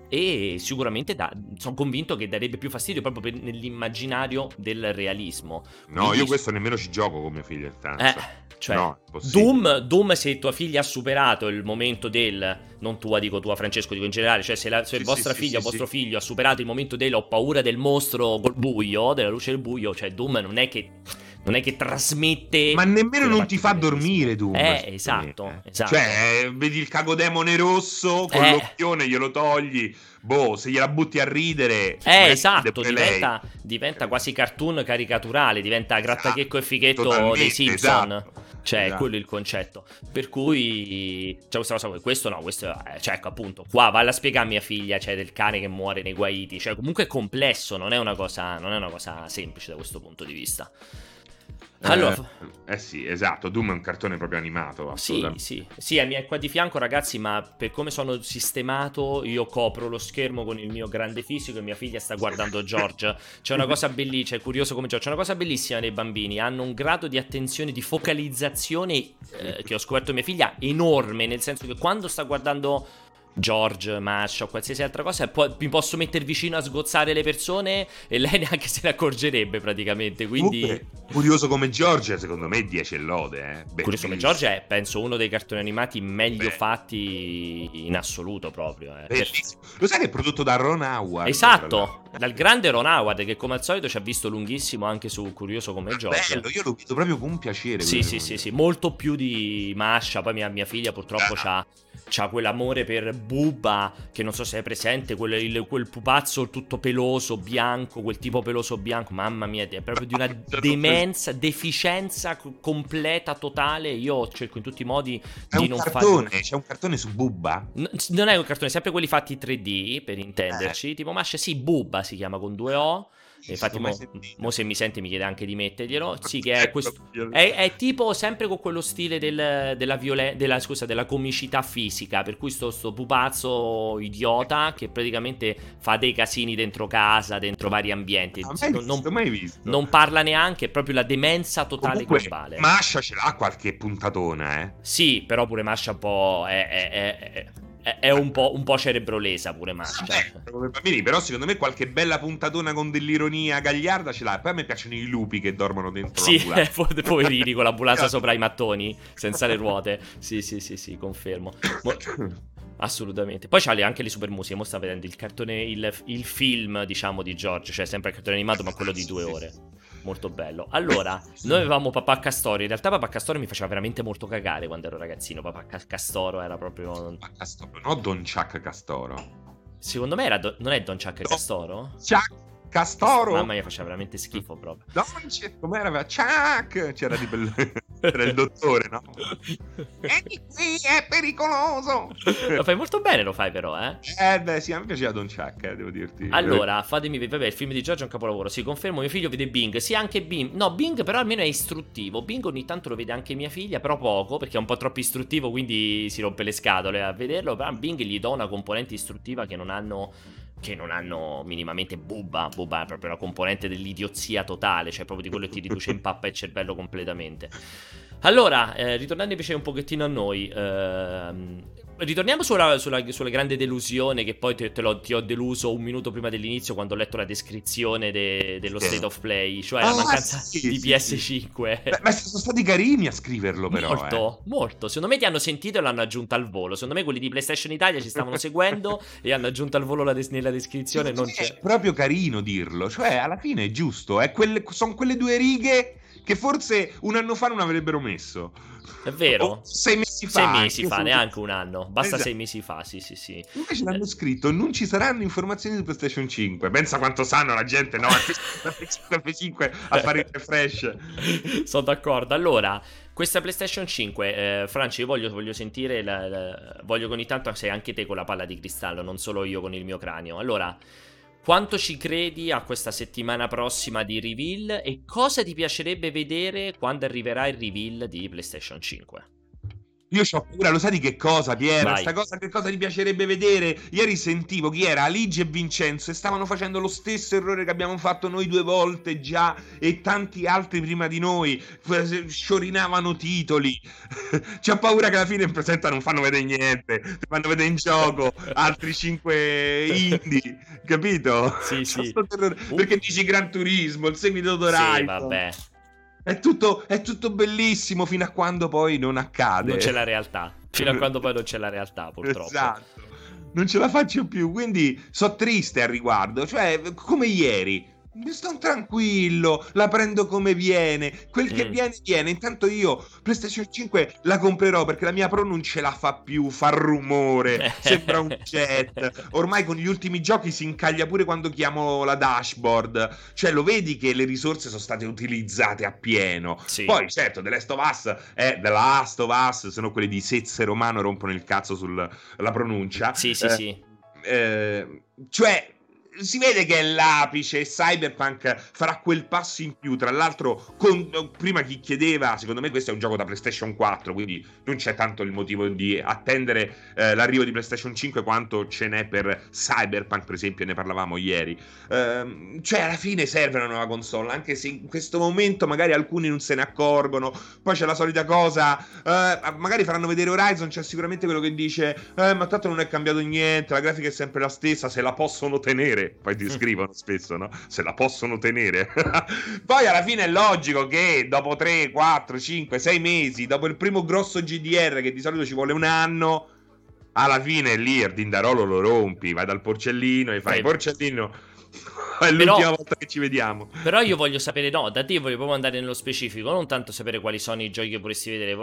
e sicuramente sono convinto che darebbe più fastidio proprio nell'immaginario del realismo. No, quindi, io questo nemmeno ci gioco con mia figlia in stanza. Cioè, no, Doom, se tua figlia ha superato il momento non tua, dico tua Francesco, dico in generale, cioè se vostra figlia o vostro figlio ha superato il momento ho paura del mostro col buio, della luce del buio, cioè Doom non è che trasmette, ma nemmeno non ti fa dormire Doom. Esatto. Cioè vedi il cagodemone rosso con l'occhione, glielo togli, se gliela butti a ridere, esatto, diventa quasi cartoon caricaturale, diventa grattachecco e fichetto dei Simpson. Esatto. Cioè, quello è il concetto. Per cui, cioè, questa cosa, questo cioè, ecco, appunto, qua valla a spiegare a mia figlia, cioè, del cane che muore nei guaiti. Cioè, comunque è complesso, non è una cosa semplice da questo punto di vista. Allora, sì, esatto, Doom è un cartone proprio animato, assolutamente. Sì, è qua di fianco, ragazzi, ma per come sono sistemato io copro lo schermo con il mio grande fisico e mia figlia sta guardando George. C'è una cosa bellissima, è curioso come George, c'è una cosa bellissima nei bambini, hanno un grado di attenzione, di focalizzazione che ho scoperto mia figlia enorme, nel senso che quando sta guardando George, Masha o qualsiasi altra cosa, mi posso mettere vicino a sgozzare le persone e lei neanche se ne accorgerebbe praticamente, quindi... Comunque, Curioso come George, secondo me 10 lode, Curioso come George è, penso, uno dei cartoni animati meglio fatti in assoluto proprio. Bellissimo. Lo sai che è prodotto da Ron Howard? Esatto, dal grande Ron Howard, che come al solito ci ha visto lunghissimo anche su Curioso come George. Bello, io lo vedo proprio con piacere. Sì, molto più di Masha. Poi mia figlia purtroppo c'ha quell'amore per Bubba, che non so se è presente, quel pupazzo tutto peloso, bianco, quel tipo peloso bianco, mamma mia, è proprio di una demenza, deficienza completa, totale. Io cerco in tutti i modi di non fare... C'è un cartone su Bubba? Non è un cartone, sempre quelli fatti 3D, per intenderci, tipo Masha, sì, Bubba si chiama con 2 O. Infatti mo se mi sente mi chiede anche di metterglielo. Sì, che è questo, è tipo sempre con quello stile della comicità fisica, per cui sto pupazzo idiota che praticamente fa dei casini dentro casa, dentro vari ambienti. Mai visto. Non parla neanche, è proprio la demenza totale globale. Masha ce l'ha qualche puntatona, Sì, però pure Masha un po' è un po' cerebrolesa pure Masha. Come bambini, però secondo me qualche bella puntatona con dell'ironia gagliarda ce l'ha. Poi a me piacciono i lupi che dormono dentro l'ambulanza. Sì, poverini con l'ambulanza sopra i mattoni, senza le ruote. Sì, confermo. Assolutamente. Poi c'ha anche le super musiche. Mo sta vedendo il cartone, il film, diciamo, di George. Cioè sempre il cartone animato, ma quello di 2 ore. Molto bello. Allora, noi avevamo Papà Castoro. In realtà Papà Castoro mi faceva veramente molto cagare quando ero ragazzino. Papà Castoro era proprio... Papà Castoro, no Don Chuck Castoro. Secondo me non è Don Chuck Castoro? Chuck Castoro. Mamma mia, faceva veramente schifo proprio. No, com'era? Chuck! C'era di bello. C'era il dottore, no? Vieni qui, è pericoloso! Lo fai molto bene, lo fai però, Beh, sì, a me piaceva Don Chuck, devo dirti. Allora, fatemi vedere, vabbè, il film di Giorgio è un capolavoro, sì, confermo, mio figlio vede Bing, sì, anche Bing, no, Bing però almeno è istruttivo, Bing ogni tanto lo vede anche mia figlia, però poco, perché è un po' troppo istruttivo, quindi si rompe le scatole a vederlo, però a Bing gli do una componente istruttiva che non hanno minimamente Bubba è proprio una componente dell'idiozia totale, cioè proprio di quello che ti riduce in pappa il cervello completamente. Allora, ritornando invece un pochettino a noi, ritorniamo sulla grande delusione che poi ti ho deluso un minuto prima dell'inizio quando ho letto la descrizione dello State of Play, cioè la mancanza di PS5. Beh, ma sono stati carini a scriverlo però. Molto. Secondo me ti hanno sentito e l'hanno aggiunta al volo. Secondo me quelli di PlayStation Italia ci stavano seguendo e hanno aggiunto al volo nella descrizione. Non c'è. È proprio carino dirlo, cioè alla fine è giusto, sono quelle 2 righe che forse un anno fa non avrebbero messo. È vero? 6 mesi fa. 6 mesi fa, neanche un anno. Basta 6 mesi fa, sì. Invece l'hanno scritto, non ci saranno informazioni su PlayStation 5. Pensa quanto sanno la gente, no? PS5 a fare il refresh. Sono d'accordo. Allora, questa PlayStation 5, Franci, io voglio sentire, voglio che ogni tanto sei anche te con la palla di cristallo, non solo io con il mio cranio. Allora, quanto ci credi a questa settimana prossima di reveal e cosa ti piacerebbe vedere quando arriverà il reveal di PlayStation 5? Io c'ho paura, lo sai di che cosa, Piero? Sta cosa, che cosa ti piacerebbe vedere? Ieri sentivo chi era, Aligi e Vincenzo, e stavano facendo lo stesso errore che abbiamo fatto noi 2 volte già, e tanti altri prima di noi, sciorinavano titoli. C'ho paura che alla fine in presenta non fanno vedere niente, ti fanno vedere in gioco altri 5 indie, capito? Sì. Perché dici Gran Turismo, il seguito d'Horizon. Sì, vabbè. È tutto bellissimo fino a quando poi non accade. Non c'è la realtà. Fino a quando poi non c'è la realtà, purtroppo. Esatto. Non ce la faccio più, quindi so triste al riguardo. Cioè, come ieri. Sto tranquillo, la prendo come viene. Quel che viene. Intanto io PlayStation 5 la comprerò perché la mia Pro non ce la fa più, fa rumore, sembra un jet. Ormai con gli ultimi giochi si incaglia pure quando chiamo la dashboard. Cioè lo vedi che le risorse sono state utilizzate appieno. Sì. Poi certo, The Last of Us è The Last of Us, sono quelli di Sezze Romano, rompono il cazzo sulla pronuncia. Sì. Cioè si vede che è l'apice e Cyberpunk farà quel passo in più. Tra l'altro, prima chi chiedeva, secondo me questo è un gioco da PlayStation 4, quindi non c'è tanto il motivo di attendere l'arrivo di PlayStation 5 quanto ce n'è per Cyberpunk, per esempio, ne parlavamo ieri. Cioè alla fine serve una nuova console, anche se in questo momento magari alcuni non se ne accorgono. Poi c'è la solita cosa, magari faranno vedere Horizon, c'è sicuramente quello che dice ma tanto non è cambiato niente, la grafica è sempre la stessa, se la possono tenere. Poi ti scrivono spesso, no? Se la possono tenere. Poi alla fine è logico che dopo 3, 4, 5, 6 mesi, dopo il primo grosso GDR che di solito ci vuole un anno, alla fine lì il dindarolo lo rompi, vai dal porcellino e fai porcellino. È l'ultima volta che ci vediamo. Però io voglio sapere, no, da te voglio proprio andare nello specifico, non tanto sapere quali sono i giochi che vorresti vedere,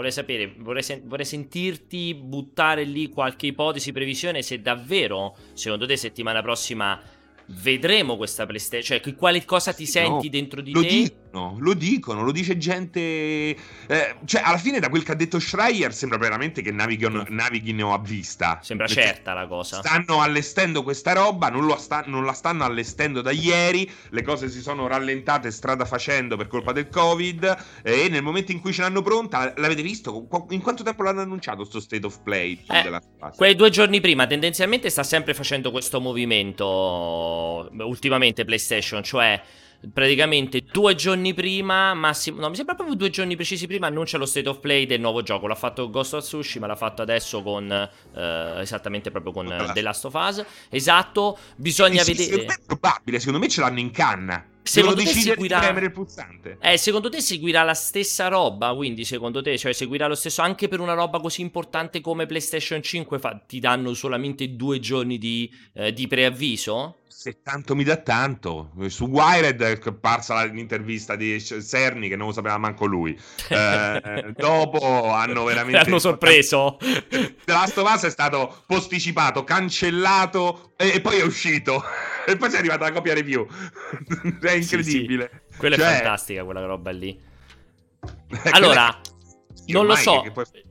vorrei sentirti buttare lì qualche ipotesi, previsione, se davvero, secondo te, settimana prossima vedremo questa PlayStation, cioè quale cosa ti senti dentro di te? Lo dicono, lo dice gente, cioè alla fine da quel che ha detto Schreier sembra veramente che navighino a vista. Sembra certa la cosa. Stanno allestendo questa roba, non la stanno allestendo da ieri, le cose si sono rallentate strada facendo per colpa del Covid, e nel momento in cui ce l'hanno pronta, l'avete visto? In quanto tempo l'hanno annunciato sto State of Play? Quei 2 giorni prima, tendenzialmente sta sempre facendo questo movimento ultimamente PlayStation, cioè praticamente 2 giorni prima, massimo, no, mi sembra proprio 2 giorni precisi prima, annuncia lo State of Play del nuovo gioco. L'ha fatto Ghost of Tsushima, l'ha fatto adesso con esattamente proprio con The Last of Us. Esatto, bisogna vedere. Secondo me è probabile, secondo me ce l'hanno in canna. Secondo te seguirà di premere il pulsante. Secondo te seguirà la stessa roba? Quindi secondo te, cioè seguirà lo stesso anche per una roba così importante come PlayStation 5? Ti danno solamente 2 giorni di preavviso? Se tanto mi dà tanto. Su Wired è apparsa l'intervista di Cerny che non lo sapeva manco lui. Dopo hanno veramente hanno sorpreso. The Last of Us è stato posticipato, cancellato e poi è uscito. E poi è arrivata la copia review. È incredibile. Sì. Quella è fantastica, quella roba lì. Allora, non lo so.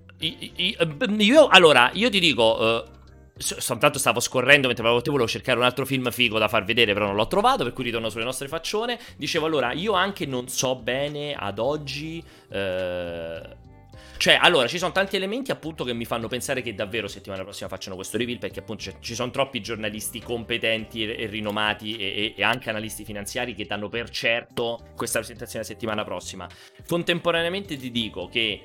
Io ti dico, soltanto stavo scorrendo mentre volevo cercare un altro film figo da far vedere, però non l'ho trovato, per cui ritorno sulle nostre faccione. Dicevo, allora, io anche non so bene ad oggi, cioè, allora, ci sono tanti elementi appunto che mi fanno pensare che davvero settimana prossima facciano questo reveal, perché appunto ci sono troppi giornalisti competenti e rinomati e anche analisti finanziari che danno per certo questa presentazione la settimana prossima. Contemporaneamente ti dico che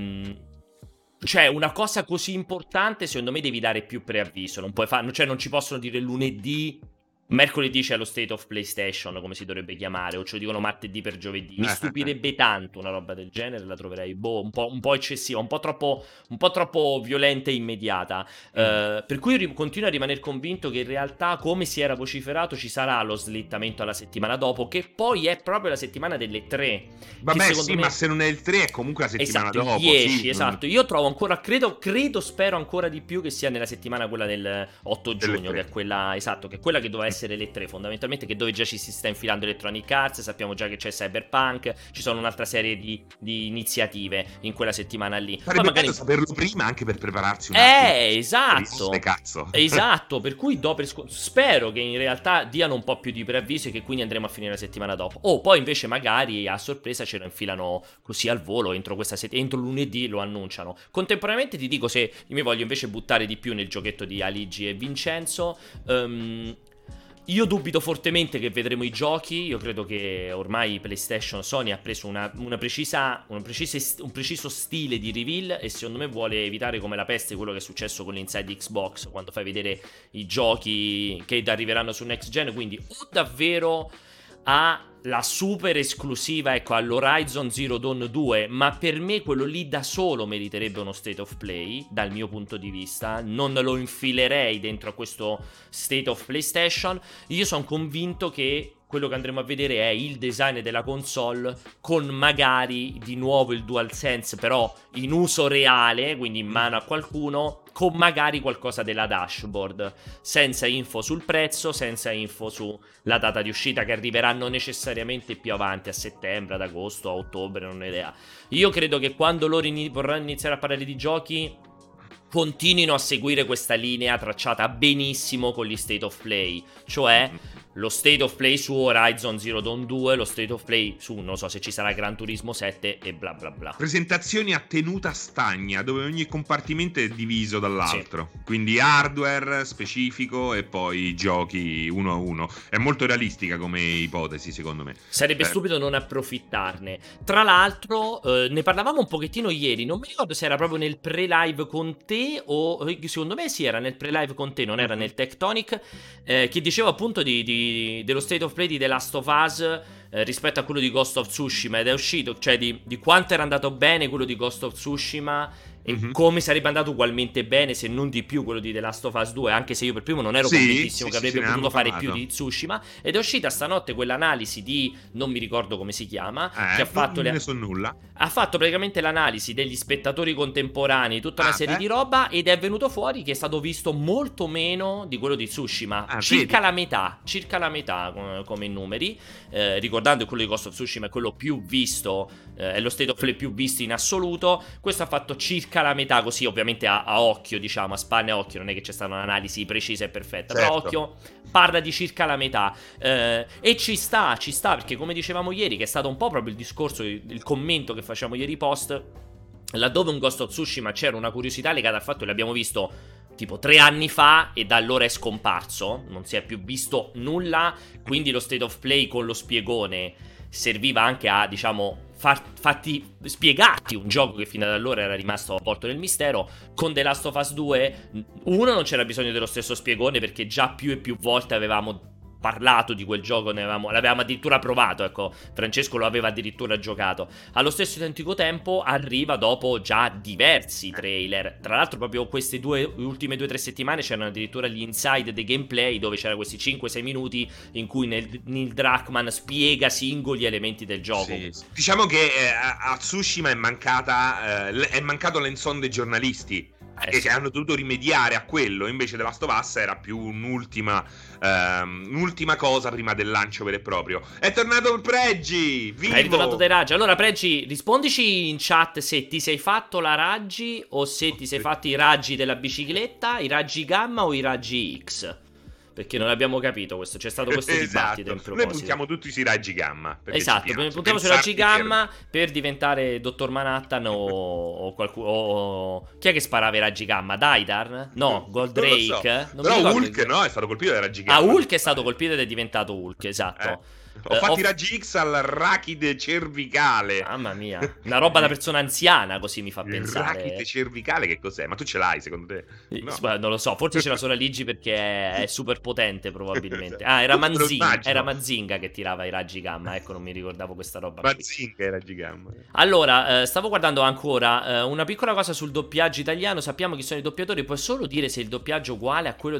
cioè una cosa così importante secondo me devi dare più preavviso, non puoi cioè non ci possono dire lunedì, mercoledì c'è lo State of PlayStation, come si dovrebbe chiamare, o ce lo dicono martedì per giovedì. Mi stupirebbe tanto una roba del genere, la troverei un po' eccessiva, un po' troppo violenta e immediata. Per cui continuo a rimanere convinto che in realtà, come si era vociferato, ci sarà lo slittamento alla settimana dopo, che poi è proprio la settimana delle 3. Vabbè, sì, ma se non è il 3 è comunque la settimana dopo. 10, sì, esatto. Io trovo ancora, spero ancora di più che sia nella settimana quella del 8 giugno, che è quella, esatto, che è quella che doveva essere le 3 fondamentalmente, che dove già ci si sta infilando Electronic Arts, sappiamo già che c'è Cyberpunk, ci sono un'altra serie di iniziative in quella settimana lì. Sarebbe magari bello saperlo prima, anche per prepararsi un attimo. Esatto. Cazzo. Esatto, per cui spero che in realtà diano un po' più di preavviso e che quindi andremo a finire la settimana dopo. Poi invece magari a sorpresa ce lo infilano così al volo entro lunedì lo annunciano. Contemporaneamente ti dico, se io mi voglio invece buttare di più nel giochetto di Aligi e Vincenzo, io dubito fortemente che vedremo i giochi. Io credo che ormai PlayStation, Sony ha preso un preciso stile di reveal, e secondo me vuole evitare come la peste quello che è successo con l'Inside Xbox, quando fai vedere i giochi che arriveranno su Next Gen. Quindi o davvero ha la super esclusiva, ecco, all'Horizon Zero Dawn 2, ma per me quello lì da solo meriterebbe uno State of Play, dal mio punto di vista. Non lo infilerei dentro a questo State of PlayStation. Io sono convinto che quello che andremo a vedere è il design della console, con magari di nuovo il DualSense però in uso reale, quindi in mano a qualcuno, con magari qualcosa della dashboard, senza info sul prezzo, senza info sulla data di uscita, che arriveranno necessariamente più avanti, a settembre, ad agosto, a ottobre, non ho idea. Io credo che quando loro vorranno iniziare a parlare di giochi, continuino a seguire questa linea tracciata benissimo con gli State of Play, cioè lo State of Play su Horizon Zero Dawn 2, lo State of Play su, non so se ci sarà Gran Turismo 7 e bla bla bla. Presentazioni a tenuta stagna, dove ogni compartimento è diviso dall'altro, quindi hardware specifico e poi giochi uno a uno. È molto realistica come ipotesi, secondo me. Sarebbe stupido non approfittarne. Tra l'altro, ne parlavamo un pochettino ieri, non mi ricordo se era proprio nel pre-live con te o secondo me sì, era nel pre-live con te, non era nel Tectonic, che diceva appunto dello State of Play di The Last of Us rispetto a quello di Ghost of Tsushima, ed è uscito, cioè di quanto era andato bene quello di Ghost of Tsushima e come sarebbe andato ugualmente bene, se non di più, quello di The Last of Us 2, anche se io per primo non ero convintissimo che avrebbe potuto fare più di Tsushima. Ed è uscita stanotte quell'analisi di, non mi ricordo come si chiama, che ha fatto non ne so nulla. Ha fatto praticamente l'analisi degli spettatori contemporanei, tutta una serie di roba, ed è venuto fuori che è stato visto molto meno di quello di Tsushima, circa la metà come numeri, ricordando che quello di Ghost of Tsushima è quello più visto, è lo State of Play più visto in assoluto. Questo ha fatto circa la metà, così ovviamente a occhio, diciamo, a spanne a occhio, non è che c'è stata un'analisi precisa e perfetta, però occhio parla di circa la metà, e ci sta perché, come dicevamo ieri, che è stato un po' proprio il discorso, il commento che facciamo ieri post, laddove un Ghost of Tsushima c'era una curiosità legata al fatto che l'abbiamo visto tipo 3 anni fa e da allora è scomparso, non si è più visto nulla, quindi lo State of Play con lo spiegone serviva anche a, diciamo, fatti spiegati un gioco che fino ad allora era rimasto avvolto nel mistero. Con The Last of Us 2 non c'era bisogno dello stesso spiegone, perché già più e più volte avevamo parlato di quel gioco, l'avevamo addirittura provato, ecco, Francesco lo aveva addirittura giocato. Allo stesso identico tempo arriva dopo già diversi trailer, tra l'altro proprio queste ultime 2 o 3 settimane c'erano addirittura gli inside dei gameplay, dove c'era questi 5-6 minuti in cui Neil Druckmann spiega singoli elementi del gioco. Diciamo che a Tsushima è mancato l'hands-on dei giornalisti, che hanno dovuto rimediare a quello. Invece The Last of Us era più un'ultima cosa prima del lancio vero e proprio. È tornato il Pregi, vivo! È ritornato dai raggi. Allora Pregi, rispondici in chat se ti sei fatto la raggi o se ti sei fatto i raggi della bicicletta, i raggi gamma o i raggi X, perché non abbiamo capito questo. C'è stato questo dibattito in proposito. Noi puntiamo tutti sui raggi gamma. Esatto, puntiamo sui raggi gamma per diventare Dottor Manhattan o qualcuno. Chi è che sparava i raggi gamma? Daidar? No, Goldrake? Non però Hulk no, è stato colpito dai raggi gamma. Hulk è stato colpito ed è diventato Hulk, esatto. Ho fatto i raggi X al rachide cervicale. Mamma mia, una roba da persona anziana, così mi fa pensare. Il rachide cervicale che cos'è? Ma tu ce l'hai secondo te? No. Non lo so, forse ce l'ha solo Ligi perché è super potente probabilmente. Era Mazinga che tirava i raggi gamma, ecco, non mi ricordavo questa roba. Mazinga i raggi gamma. Allora, stavo guardando ancora una piccola cosa sul doppiaggio italiano. Sappiamo chi sono i doppiatori, puoi solo dire se il doppiaggio è uguale a quello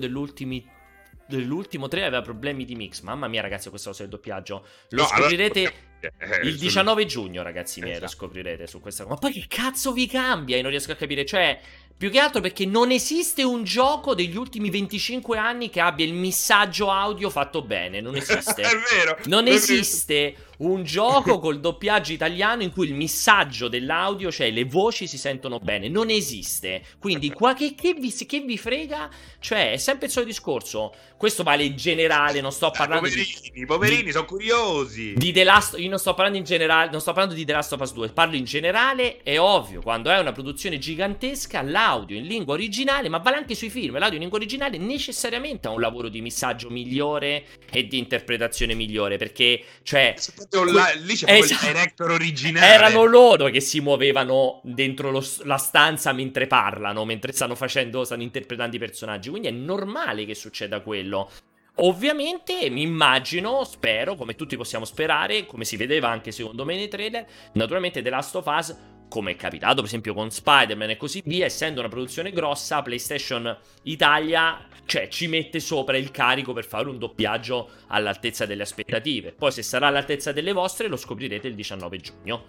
dell'ultimo 3 aveva problemi di mix. Mamma mia, ragazzi, questa cosa del doppiaggio lo scoprirete il 19 giugno, ragazzi miei. Lo scoprirete su questa cosa. Ma poi che cazzo vi cambia? E non riesco a capire. Cioè, più che altro perché non esiste un gioco degli ultimi 25 anni che abbia il missaggio audio fatto bene. Non esiste. È vero. Non esiste un gioco col doppiaggio italiano in cui il missaggio dell'audio, cioè le voci, si sentono bene. Non esiste. Quindi qua che vi frega? Cioè, è sempre il solito discorso. Questo vale in generale. Non sto parlando poverini, sono curiosi. Di The Last. Io non sto parlando in generale. Non sto parlando di The Last of Us 2. Parlo in generale. È ovvio, quando è una produzione gigantesca, l'audio in lingua originale, ma vale anche sui film, l'audio in lingua originale necessariamente ha un lavoro di missaggio migliore e di interpretazione migliore, perché, cioè, lì c'è proprio il director originale. Erano loro che si muovevano dentro la stanza mentre parlano, mentre stanno interpretando i personaggi, quindi è normale che succeda quello. Ovviamente mi immagino, spero, come tutti possiamo sperare, come si vedeva anche secondo me nei trailer, naturalmente The Last of Us, come è capitato per esempio con Spider-Man e così via, essendo una produzione grossa, PlayStation Italia, cioè, ci mette sopra il carico per fare un doppiaggio all'altezza delle aspettative. Poi se sarà all'altezza delle vostre lo scoprirete il 19 giugno.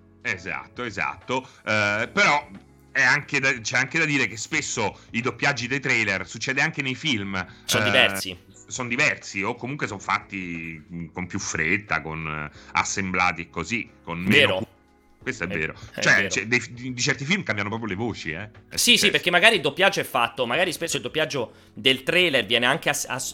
Esatto. Però c'è anche da dire che spesso i doppiaggi dei trailer, succede anche nei film, sono diversi o comunque sono fatti con più fretta, con assemblati così, con meno. Questo è vero. È Cioè, vero. di certi film cambiano proprio le voci, eh. Sì, sì, perché magari il doppiaggio è fatto, magari spesso il doppiaggio del trailer viene anche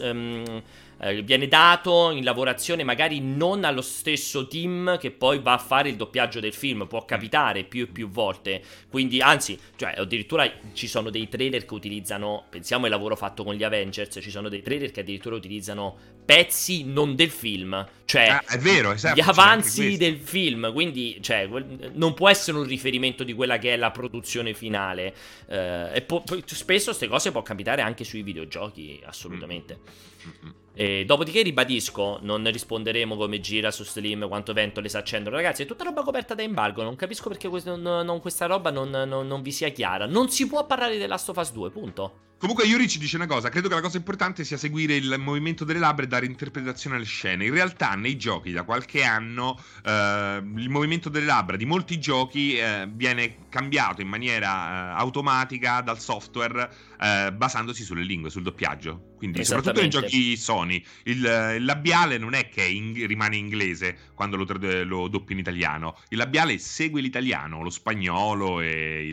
viene dato in lavorazione magari non allo stesso team che poi va a fare il doppiaggio del film, può capitare più e più volte. Quindi, anzi, cioè addirittura ci sono dei trailer che utilizzano, pensiamo al lavoro fatto con gli Avengers, ci sono dei trailer che addirittura utilizzano pezzi non del film, cioè è vero, esatto, gli c'è anche avanzi questo. del film, quindi cioè, non può essere un riferimento di quella che è la produzione finale. E spesso queste cose può capitare anche sui videogiochi, assolutamente. E dopodiché ribadisco, non risponderemo come gira su Slim, quanto vento le sa accendono. Ragazzi, è tutta roba coperta da embargo. Non capisco perché questa roba non vi sia chiara. Non si può parlare di The Last of Us 2, punto. Comunque Yuri ci dice una cosa, credo che la cosa importante sia seguire il movimento delle labbra e dare interpretazione alle scene. In realtà nei giochi da qualche anno il movimento delle labbra di molti giochi viene cambiato in maniera automatica dal software basandosi sulle lingue, sul doppiaggio. Quindi soprattutto nei giochi Sony il labiale non è che rimane inglese quando lo doppi in italiano. Il labiale segue l'italiano, lo spagnolo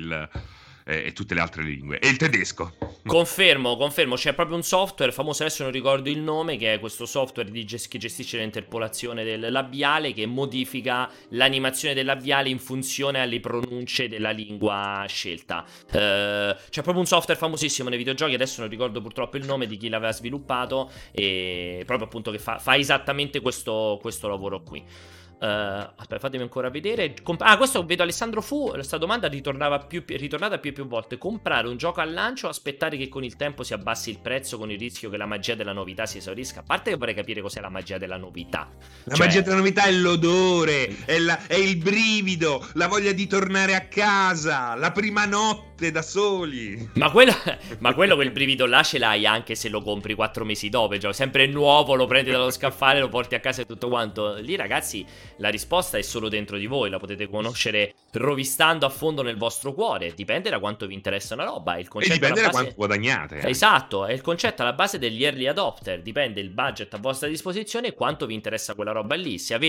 e tutte le altre lingue. E il tedesco. Confermo, c'è proprio un software famoso, adesso non ricordo il nome, che è questo software che gestisce l'interpolazione del labiale, che modifica l'animazione del labiale in funzione alle pronunce della lingua scelta. C'è proprio un software famosissimo nei videogiochi, adesso non ricordo purtroppo il nome di chi l'aveva sviluppato, e proprio appunto che fa esattamente questo lavoro qui. Aspetta, fatemi ancora vedere. Questo vedo Alessandro Fu. Questa domanda è ritornata più e più volte. Comprare un gioco al lancio o aspettare che con il tempo si abbassi il prezzo con il rischio che la magia della novità si esaurisca? A parte che vorrei capire cos'è la magia della novità. La magia della novità è l'odore, è il brivido, la voglia di tornare a casa, la prima notte da soli. Ma quello quel brivido là ce l'hai anche se lo compri 4 mesi dopo. Cioè, sempre nuovo, lo prendi dallo scaffale, lo porti a casa e tutto quanto. Lì, ragazzi, la risposta è solo dentro di voi, la potete conoscere rovistando a fondo nel vostro cuore. Dipende da quanto vi interessa una roba. Il concetto e dipende da quanto guadagnate. Esatto, è il concetto alla base degli early adopter. Dipende il budget a vostra disposizione e quanto vi interessa quella roba lì. Se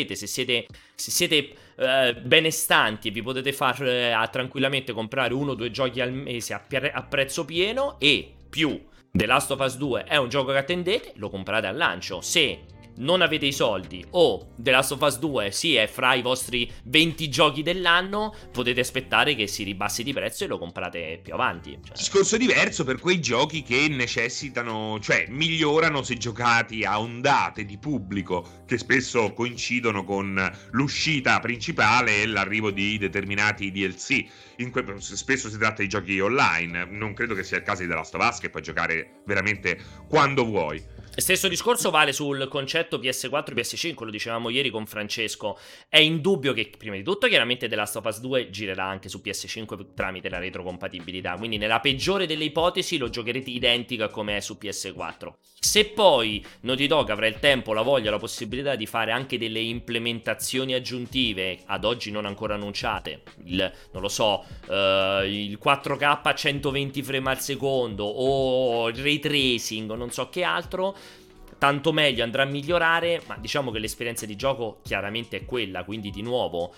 siete benestanti, vi potete far tranquillamente comprare 1 o 2 giochi al mese a prezzo pieno, e più The Last of Us 2 è un gioco che attendete, lo comprate al lancio. Se non avete i soldi o The Last of Us 2 sì è fra i vostri 20 giochi dell'anno, potete aspettare che si ribassi di prezzo e lo comprate più avanti. Discorso diverso per quei giochi che necessitano, cioè migliorano se giocati a ondate di pubblico che spesso coincidono con l'uscita principale e l'arrivo di determinati DLC. Spesso si tratta di giochi online, non credo che sia il caso di The Last of Us, che puoi giocare veramente quando vuoi. Stesso discorso vale sul concetto PS4 e PS5, lo dicevamo ieri con Francesco. È indubbio che, prima di tutto, chiaramente The Last of Us 2 girerà anche su PS5 tramite la retrocompatibilità, quindi nella peggiore delle ipotesi lo giocherete identico a come è su PS4. Se poi Naughty Dog avrà il tempo, la voglia, la possibilità di fare anche delle implementazioni aggiuntive, ad oggi non ancora annunciate, non lo so, il 4K a 120 frame al secondo o il ray tracing o non so che altro, tanto meglio, andrà a migliorare. Ma diciamo che l'esperienza di gioco chiaramente è quella, quindi di nuovo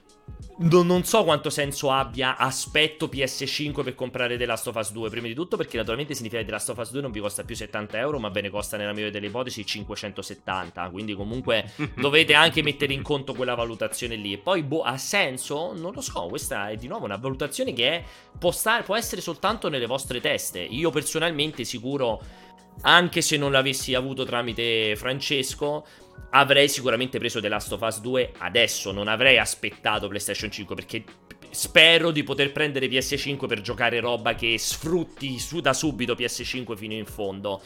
non so quanto senso abbia aspetto PS5 per comprare The Last of Us 2. Prima di tutto perché naturalmente significa che The Last of Us 2 non vi costa più 70 euro, ma ve ne costa nella migliore delle ipotesi 570. Quindi comunque dovete anche mettere in conto quella valutazione lì. E poi ha senso? Non lo so, questa è di nuovo una valutazione che può essere soltanto nelle vostre teste. Io personalmente sicuro, anche se non l'avessi avuto tramite Francesco, avrei sicuramente preso The Last of Us 2 adesso, non avrei aspettato PlayStation 5, perché spero di poter prendere PS5 per giocare roba che sfrutti da subito PS5 fino in fondo.